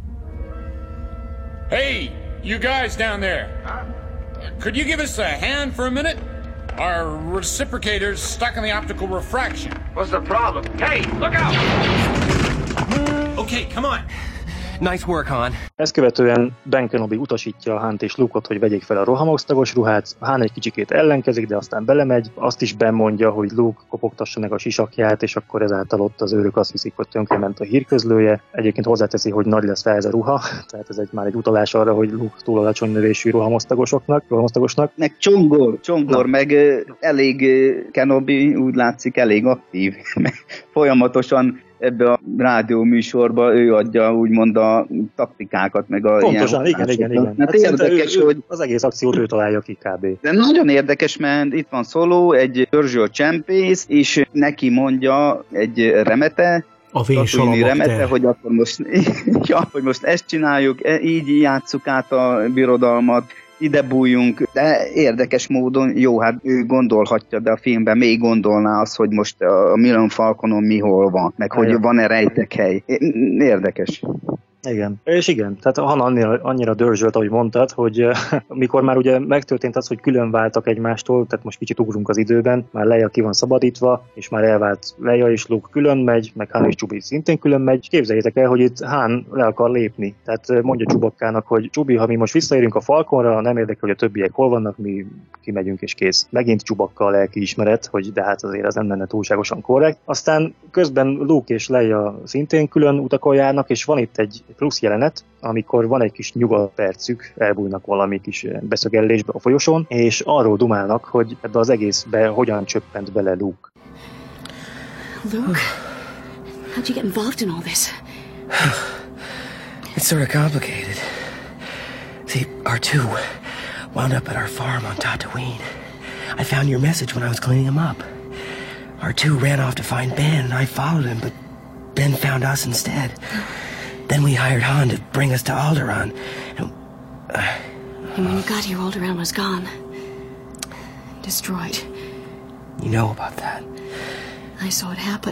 Hey! You guys down there, could you give us a hand for a minute? Our reciprocator's stuck in the optical refraction. What's the problem? Hey, look out! Okay, come on. Nice work, Han. Ezt követően Ben Kenobi utasítja Hunt és Luke-ot, hogy vegyék fel a rohamosztagos ruhát. Han egy kicsikét ellenkezik, de aztán belemegy. Azt is Ben mondja, hogy Luke kopogtassa meg a sisakját, és akkor ezáltal ott az őrök azt hiszik, hogy tönkrement a hírközlője. Egyébként hozzáteszi, hogy nagy lesz fel ez a ruha, tehát ez egy, már egy utalás arra, hogy Luke túl alacsony növésű rohamosztagosoknak, rohamosztagosnak. Meg csongor, csongor, meg elég Kenobi úgy látszik elég aktív, folyamatosan ebbe a rádió műsorba ő adja úgymond a taktikákat, meg a pontosan, igen, igen, igen. Hát hát érdekes, ő, hogy... Az egész akciót ő találja ki kb. De nagyon érdekes, mert itt van Solo, egy törzsölt csempész, és neki mondja egy remete, a remete, hogy akkor most, ja, hogy most ezt csináljuk, így játsszuk át a birodalmat, ide bújjunk, de érdekes módon, jó, hát ő gondolhatja, de a filmben még gondolná azt, hogy most a Millennium Falconon mi hol van, meg hogy Igen. van-e rejtekhely. Érdekes. Igen. És igen, tehát Han annyira, annyira dörzsölt, ahogy mondtad, hogy uh, mikor már ugye megtörtént az, hogy külön váltak egymástól, tehát most kicsit ugrunk az időben, már Leia ki van szabadítva, és már elvált Leia és Luke külön megy, meg Han és Chewie szintén külön megy, és képzeljétek el, hogy itt Han le akar lépni. Tehát uh, mondja Chewbacca-nak, hogy Chewie, ha mi most visszaérünk a Falconra, nem érdekel, hogy a többiek hol vannak, mi kimegyünk és kész. Megint Chewbacca a lelkiismeret, hogy de hát azért az nem lenne túlságosan korrekt. Aztán közben Luke és Leia szintén külön utakon járnak, és van itt egy plusz jelenet, amikor van egy kis nyugodt percük, elbújnak valami kis beszögellésbe a folyosón, és arról dumálnak, hogy ebbe az egészbe hogyan csöppent bele Luke. Luke, how'd you get involved in all this? It's sort of complicated. See, R two wound up at our farm on Tatooine. I found your message when I was cleaning him up. R two ran off to find Ben, and I followed him, but Ben found us instead. Then we hired Han to bring us to Alderaan. And, uh, And when you got here, Alderaan was gone. Destroyed. You know about that. I saw it happen.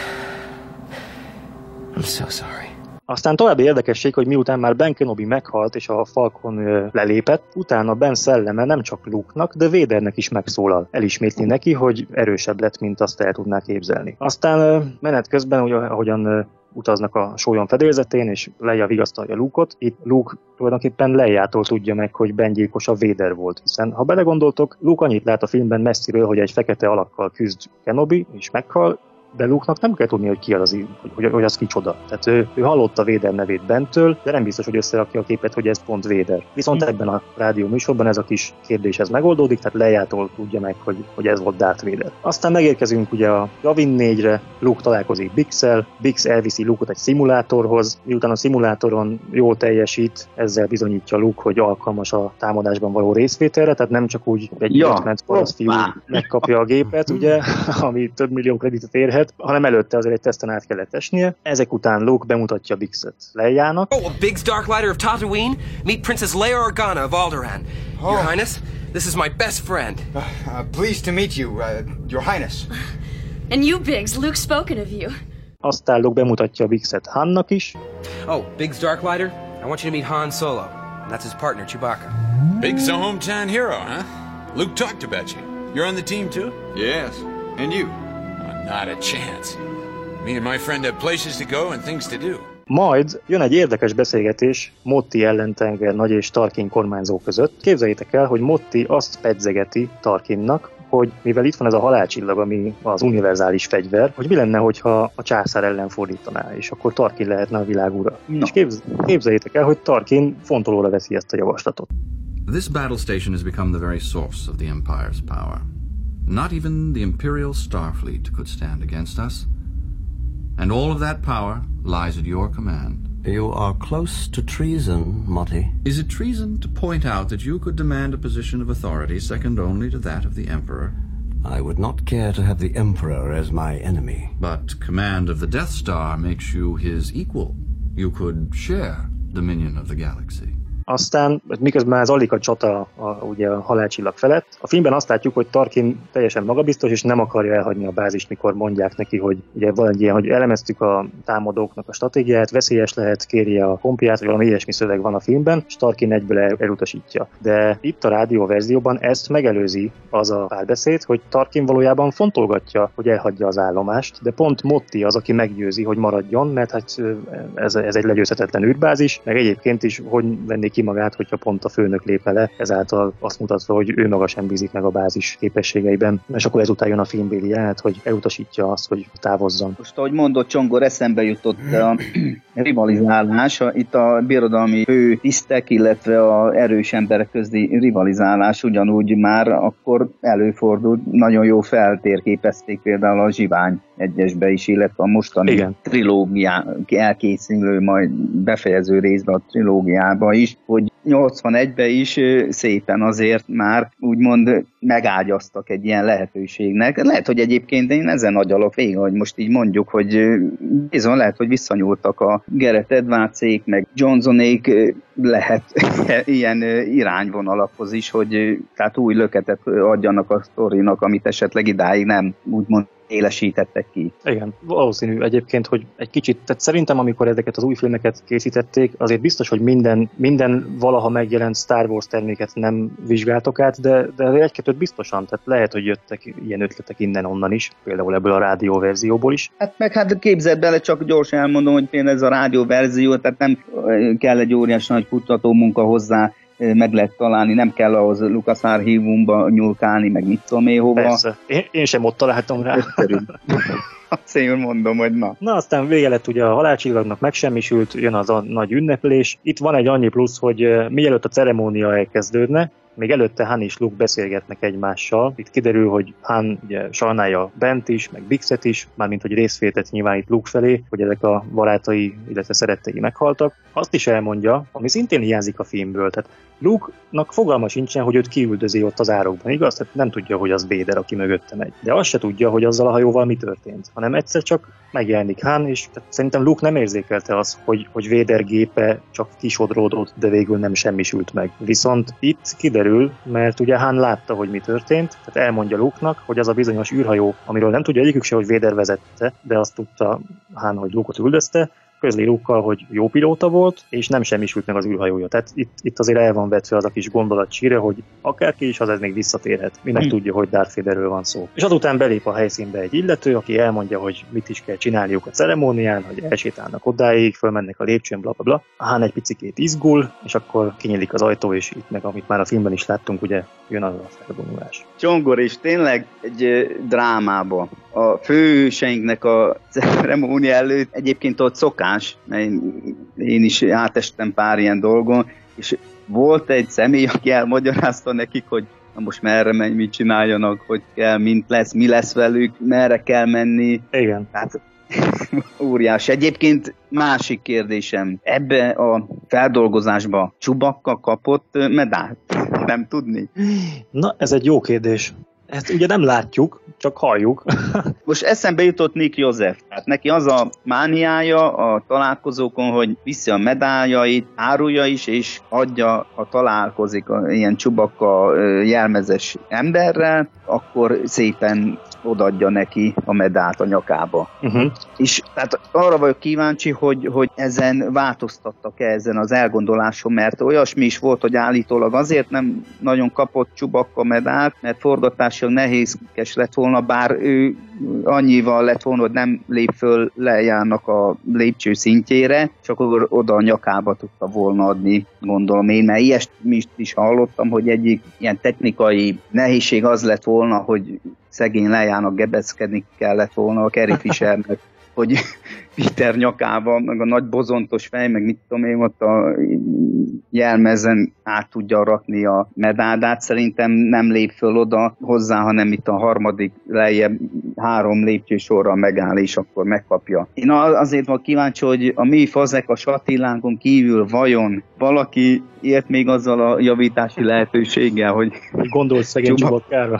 I'm so sorry. Aztán további érdekesség, hogy miután már Ben Kenobi meghalt és a Falcon ö, lelépett, utána Ben szelleme nem csak Luke-nak, de Vadernek is megszólal. Elismétli neki, hogy erősebb lett, mint azt el tudná képzelni. Aztán ö, menet közben, ugye, ahogyan ö, utaznak a sólyon fedélzetén, és Leia vigasztalja Luke-ot. Itt Luke tulajdonképpen Leiától tudja meg, hogy Ben gyilkosa Vader volt, hiszen ha belegondoltok, Luke annyit lát a filmben messziről, hogy egy fekete alakkal küzd Kenobi, és meghal, de Luke-nak nem kell tudni, hogy ki az, hogy, hogy, hogy az kicsoda. Tehát ő, ő hallotta Vader nevét Bentől, de nem biztos, hogy összerakja a képet, hogy ez pont Vader. Viszont ebben a rádió műsorban ez a kis kérdés ez megoldódik, tehát Leiától tudja meg, hogy, hogy ez volt Darth Vader. Aztán megérkezünk ugye a Yavin négyre, Luke találkozik Bix-el, Bix elviszi Luke-ot egy szimulátorhoz, miután a szimulátoron jól teljesít, ezzel bizonyítja Luke, hogy alkalmas a támadásban való részvételre, tehát nem csak úgy egy ja. ötven parasztfiú megkapja a gépet, ugye, ami több millió kreditet érhet, hanem előtte azért egy teszten át kellett esnie. Ezek után Luke bemutatja Bixet Leiának. Oh, a Biggs Darklighter of Tatooine? Meet Princess Leia Organa of Alderaan. Oh. Your Highness, this is my best friend. Uh, uh, pleased to meet you, uh, Your Highness. And you, Biggs, Luke's spoken of you. Aztán Luke bemutatja Bixet Hannak is. Oh, Biggs Darklighter, I want you to meet Han Solo. That's his partner, Chewbacca. Big's a hometown hero, huh? Luke talked about you. You're on the team too? Yes, and you? Not a chance. Me and my friend have places to go and things to do. Majd jön egy érdekes beszélgetés Motti ellentenger nagy és Tarkin kormányzó között. Képzeljétek el, hogy Motti azt pedzegeti Tarkinnak, hogy mivel itt van ez a halálcsillag, ami az univerzális fegyver, hogy mi lenne, hogyha a császár ellen fordítaná, és akkor Tarkin lehetne a világ ura. No. És képz, képzeljétek el, hogy Tarkin fontolóra veszi ezt a javaslatot. This battle station has become the very source of the Empire's power. Not even the Imperial Starfleet could stand against us. And all of that power lies at your command. You are close to treason, Motti. Is it treason to point out that you could demand a position of authority second only to that of the Emperor? I would not care to have the Emperor as my enemy. But command of the Death Star makes you his equal. You could share dominion of the galaxy. Aztán, miközben ez alig a csata a, ugye a halálcsillag felett, a filmben azt látjuk, hogy Tarkin teljesen magabiztos, és nem akarja elhagyni a bázist, mikor mondják neki, hogy ugye van egy ilyen, hogy elemeztük a támadóknak a stratégiát, veszélyes lehet, kérje a kompiát, vagy valami ilyesmi szöveg van a filmben, és Tarkin egyből el, elutasítja. De itt a rádió verzióban ezt megelőzi az a párbeszéd, hogy Tarkin valójában fontolgatja, hogy elhagyja az állomást, de pont Motti az, aki meggyőzi, hogy maradjon, mert hát ez, ez egy legyőzhetetlen űrbázis, meg egyébként is, hogy vennék ki magát, hogyha pont a főnök lép le, ezáltal azt mutatva, hogy ő maga sem bízik meg a bázis képességeiben. És akkor ezután jön a filmbéli jelenet, hogy elutasítja azt, hogy távozzon. Most, ahogy mondott Csongor, eszembe jutott a rivalizálás, itt a birodalmi fő tisztek, illetve a erős emberek közti rivalizálás ugyanúgy már akkor előfordult, nagyon jó feltérképezték például a Zsivány egyesbe is, illetve a mostani igen. trilógia elkészülő, majd befejező részben a trilógiába is, hogy nyolcvanegyben is szépen azért már úgymond megágyaztak egy ilyen lehetőségnek. Lehet, hogy egyébként én ezen agyalok végig, hogy most így mondjuk, hogy bizony lehet, hogy visszanyúltak a Gareth Edwardsék, meg Johnsonék, lehet ilyen irányvonalakhoz is, hogy tehát új löketet adjanak a sztorinak, amit esetleg idáig nem úgymond élesítettek ki. Igen, valószínű egyébként, hogy egy kicsit, tehát szerintem amikor ezeket az új filmeket készítették, azért biztos, hogy minden, minden valaha megjelent Star Wars terméket nem vizsgáltok át, de, de egy-kettőt biztosan, tehát lehet, hogy jöttek ilyen ötletek innen-onnan is, például ebből a rádióverzióból is. Hát meg hát képzeld bele, csak gyorsan elmondom, hogy például ez a rádióverzió, tehát nem kell egy óriási nagy kutató munka hozzá, meg lehet találni, nem kell ahhoz Lucas Archívumba nyúlkálni, meg mit tudom én hova. Persze, én, én sem ott találtam rá. Azt én mondom, hogy na. Na aztán vége lett, ugye a halálcsillagnak megsemmisült, jön az a nagy ünneplés. Itt van egy annyi plusz, hogy mielőtt a ceremónia elkezdődne, még előtte Han és Luke beszélgetnek egymással. Itt kiderül, hogy Han ugye sajnálja Bent is, meg Bixet is, mármint hogy részvétet nyilvánít Luke felé, hogy ezek a barátai, illetve szerettei meghaltak. Azt is elmondja, ami szintén hiányzik a filmből. Tehát Luke-nak fogalma sincsen, hogy őt kiüldözi ott az árokban, igaz? Tehát nem tudja, hogy az Vader, aki mögötte megy. De azt se tudja, hogy azzal a hajóval mi történt, hanem egyszer csak megjelenik Han, és szerintem Luke nem érzékelte azt, hogy, hogy Vader gépe csak kisodródott, de végül nem semmisült meg. Viszont itt kiderül, mert ugye Han látta, hogy mi történt, tehát elmondja Luke-nak, hogy az a bizonyos űrhajó, amiről nem tudja egyikük se, hogy Vader vezette, de azt tudta Han, hogy Luke-ot üldözte, közli Luke-kal, hogy jó pilóta volt, és nem semmisült meg az űrhajója. Tehát itt, itt azért el van vetve az a kis gondolatcsíre, hogy akárki is, az ez még visszatérhet. Mindenki hmm. tudja, hogy Darth Vaderről van szó. És azután belép a helyszínbe egy illető, aki elmondja, hogy mit is kell csinálniuk a ceremónián, hogy elsétálnak odáig, fölmennek a lépcsőn, bla bla bla. Han egy picikét izgul, és akkor kinyílik az ajtó, és itt meg, amit már a filmben is láttunk, ugye jön az a felvonulás. Csongor is tényleg egy drámába. A főhőseinknek a ceremónia előtt egyébként ott szokás, én, én is átestem pár ilyen dolgon, és volt egy személy, aki elmagyarázta nekik, hogy na most merre menj, mit csináljanak, hogy kell, mint lesz, mi lesz velük, merre kell menni. Igen. Tehát óriás. Egyébként másik kérdésem, ebbe a feldolgozásba Chewbacca kapott medált? Nem tudni? Na, ez egy jó kérdés. Ezt ugye nem látjuk, csak halljuk. Most eszembe jutott Nick Joseph. Tehát neki az a mániája a találkozókon, hogy viszi a medáljait, árulja is, és adja, ha találkozik a ilyen Chewbacca jelmezes emberrel, akkor szépen odaadja neki a medált a nyakába. Uh-huh. És tehát arra vagyok kíváncsi, hogy, hogy ezen változtattak-e ezen az elgondoláson, mert olyasmi is volt, hogy állítólag azért nem nagyon kapott Chewbacca medált, mert forgatásilag nehézkes lett volna, bár ő annyival lett volna, hogy nem lép föl lejárnak a lépcső szintjére, csak akkor oda a nyakába tudta volna adni, gondolom én, mert ilyesmit is hallottam, hogy egyik ilyen technikai nehézség az lett volna, hogy szegény lejának gebeckedni kellett volna a Carrie Fishernek, hogy Peter nyakában, meg a nagy bozontos fej, meg mit tudom én, ott a jelmezen át tudja rakni a medádát. Szerintem nem lép föl oda hozzá, hanem itt a harmadik lejjebb három lépcsősorral megáll, és akkor megkapja. Én azért van kíváncsi, hogy a mi fazek a satillánkon kívül vajon valaki élt még azzal a javítási lehetőséggel, hogy... Gondolsz szegény Chewbacca-ra?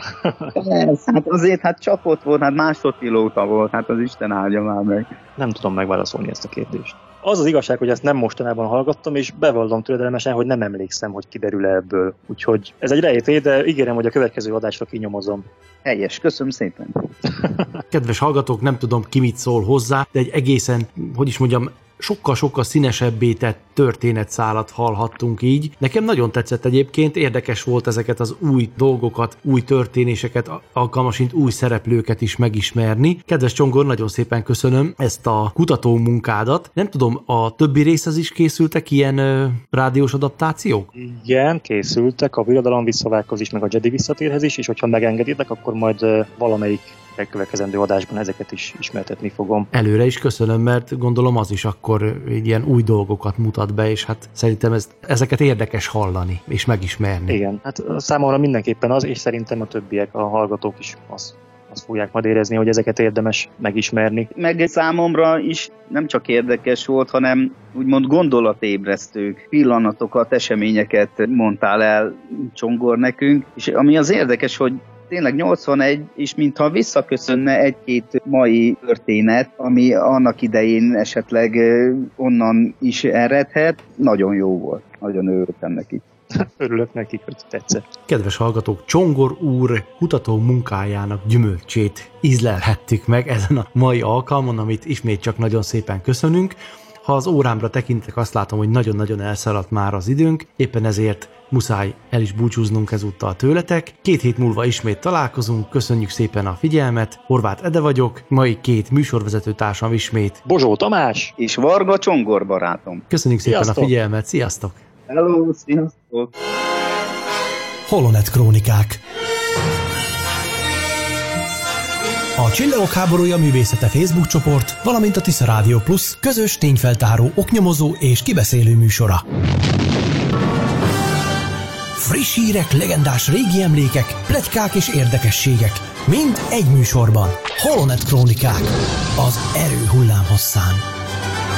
Hát azért, hát csak ott volt, hát másodpilóta volt, hát az Isten áldja már meg. Nem tudom megválaszolni ezt a kérdést. Az az igazság, hogy ezt nem mostanában hallgattam, és bevallom türelmesen, hogy nem emlékszem, hogy kiderül ebből. Úgyhogy ez egy rejtély, de ígérem, hogy a következő adásra kinyomozom. Helyes, köszönöm szépen. Kedves hallgatók, nem tudom ki mit szól hozzá, de egy egészen, hogy is mondjam, sokkal-sokkal színesebbé tett történetszálat hallhattunk így. Nekem nagyon tetszett egyébként, érdekes volt ezeket az új dolgokat, új történéseket, alkalmasint új szereplőket is megismerni. Kedves Csongor, nagyon szépen köszönöm ezt a kutató munkádat. Nem tudom, a többi részhez is készültek ilyen ö, rádiós adaptációk? Igen, készültek, a Birodalom visszavághoz is, meg a Jedi visszatérhez is, és hogyha megengeditek, akkor majd ö, valamelyik elkövetkezendő adásban ezeket is ismertetni fogom. Előre is köszönöm, mert gondolom az is akkor egy ilyen új dolgokat mutat be, és hát szerintem ez, ezeket érdekes hallani, és megismerni. Igen, hát számomra mindenképpen az, és szerintem a többiek, a hallgatók is az, azt fogják majd érezni, hogy ezeket érdemes megismerni. Meg számomra is nem csak érdekes volt, hanem úgymond gondolatébresztő pillanatokat, eseményeket mondtál el, Csongor, nekünk, és ami az érdekes, hogy tényleg nyolcvanegy, és mintha visszaköszönne egy-két mai történet, ami annak idején esetleg onnan is eredhet, nagyon jó volt. Nagyon örültem neki. Örülök neki, hogy tetszett. Kedves hallgatók, Csongor úr kutató munkájának gyümölcsét ízlelhettük meg ezen a mai alkalmon, amit ismét csak nagyon szépen köszönünk. Ha az órámra tekintek, azt látom, hogy nagyon-nagyon elszaladt már az időnk, éppen ezért muszáj el is búcsúznunk ezúttal tőletek. Két hét múlva ismét találkozunk, köszönjük szépen a figyelmet. Horváth Ede vagyok, mai két műsorvezető társam ismét Bozsó Tamás és Varga Csongor barátom. Köszönjük szépen Sziasztok. a figyelmet, sziasztok! Hello, sziasztok! Holonet Krónikák. A Csillagok háborúja művészete Facebook csoport, valamint a Tisza Rádió Plus közös tényfeltáró, oknyomozó és kibeszélő műsora. Friss hírek, legendás régi emlékek, pletykák és érdekességek. Mind egy műsorban. Holonet Krónikák. Az erő hullámhosszán.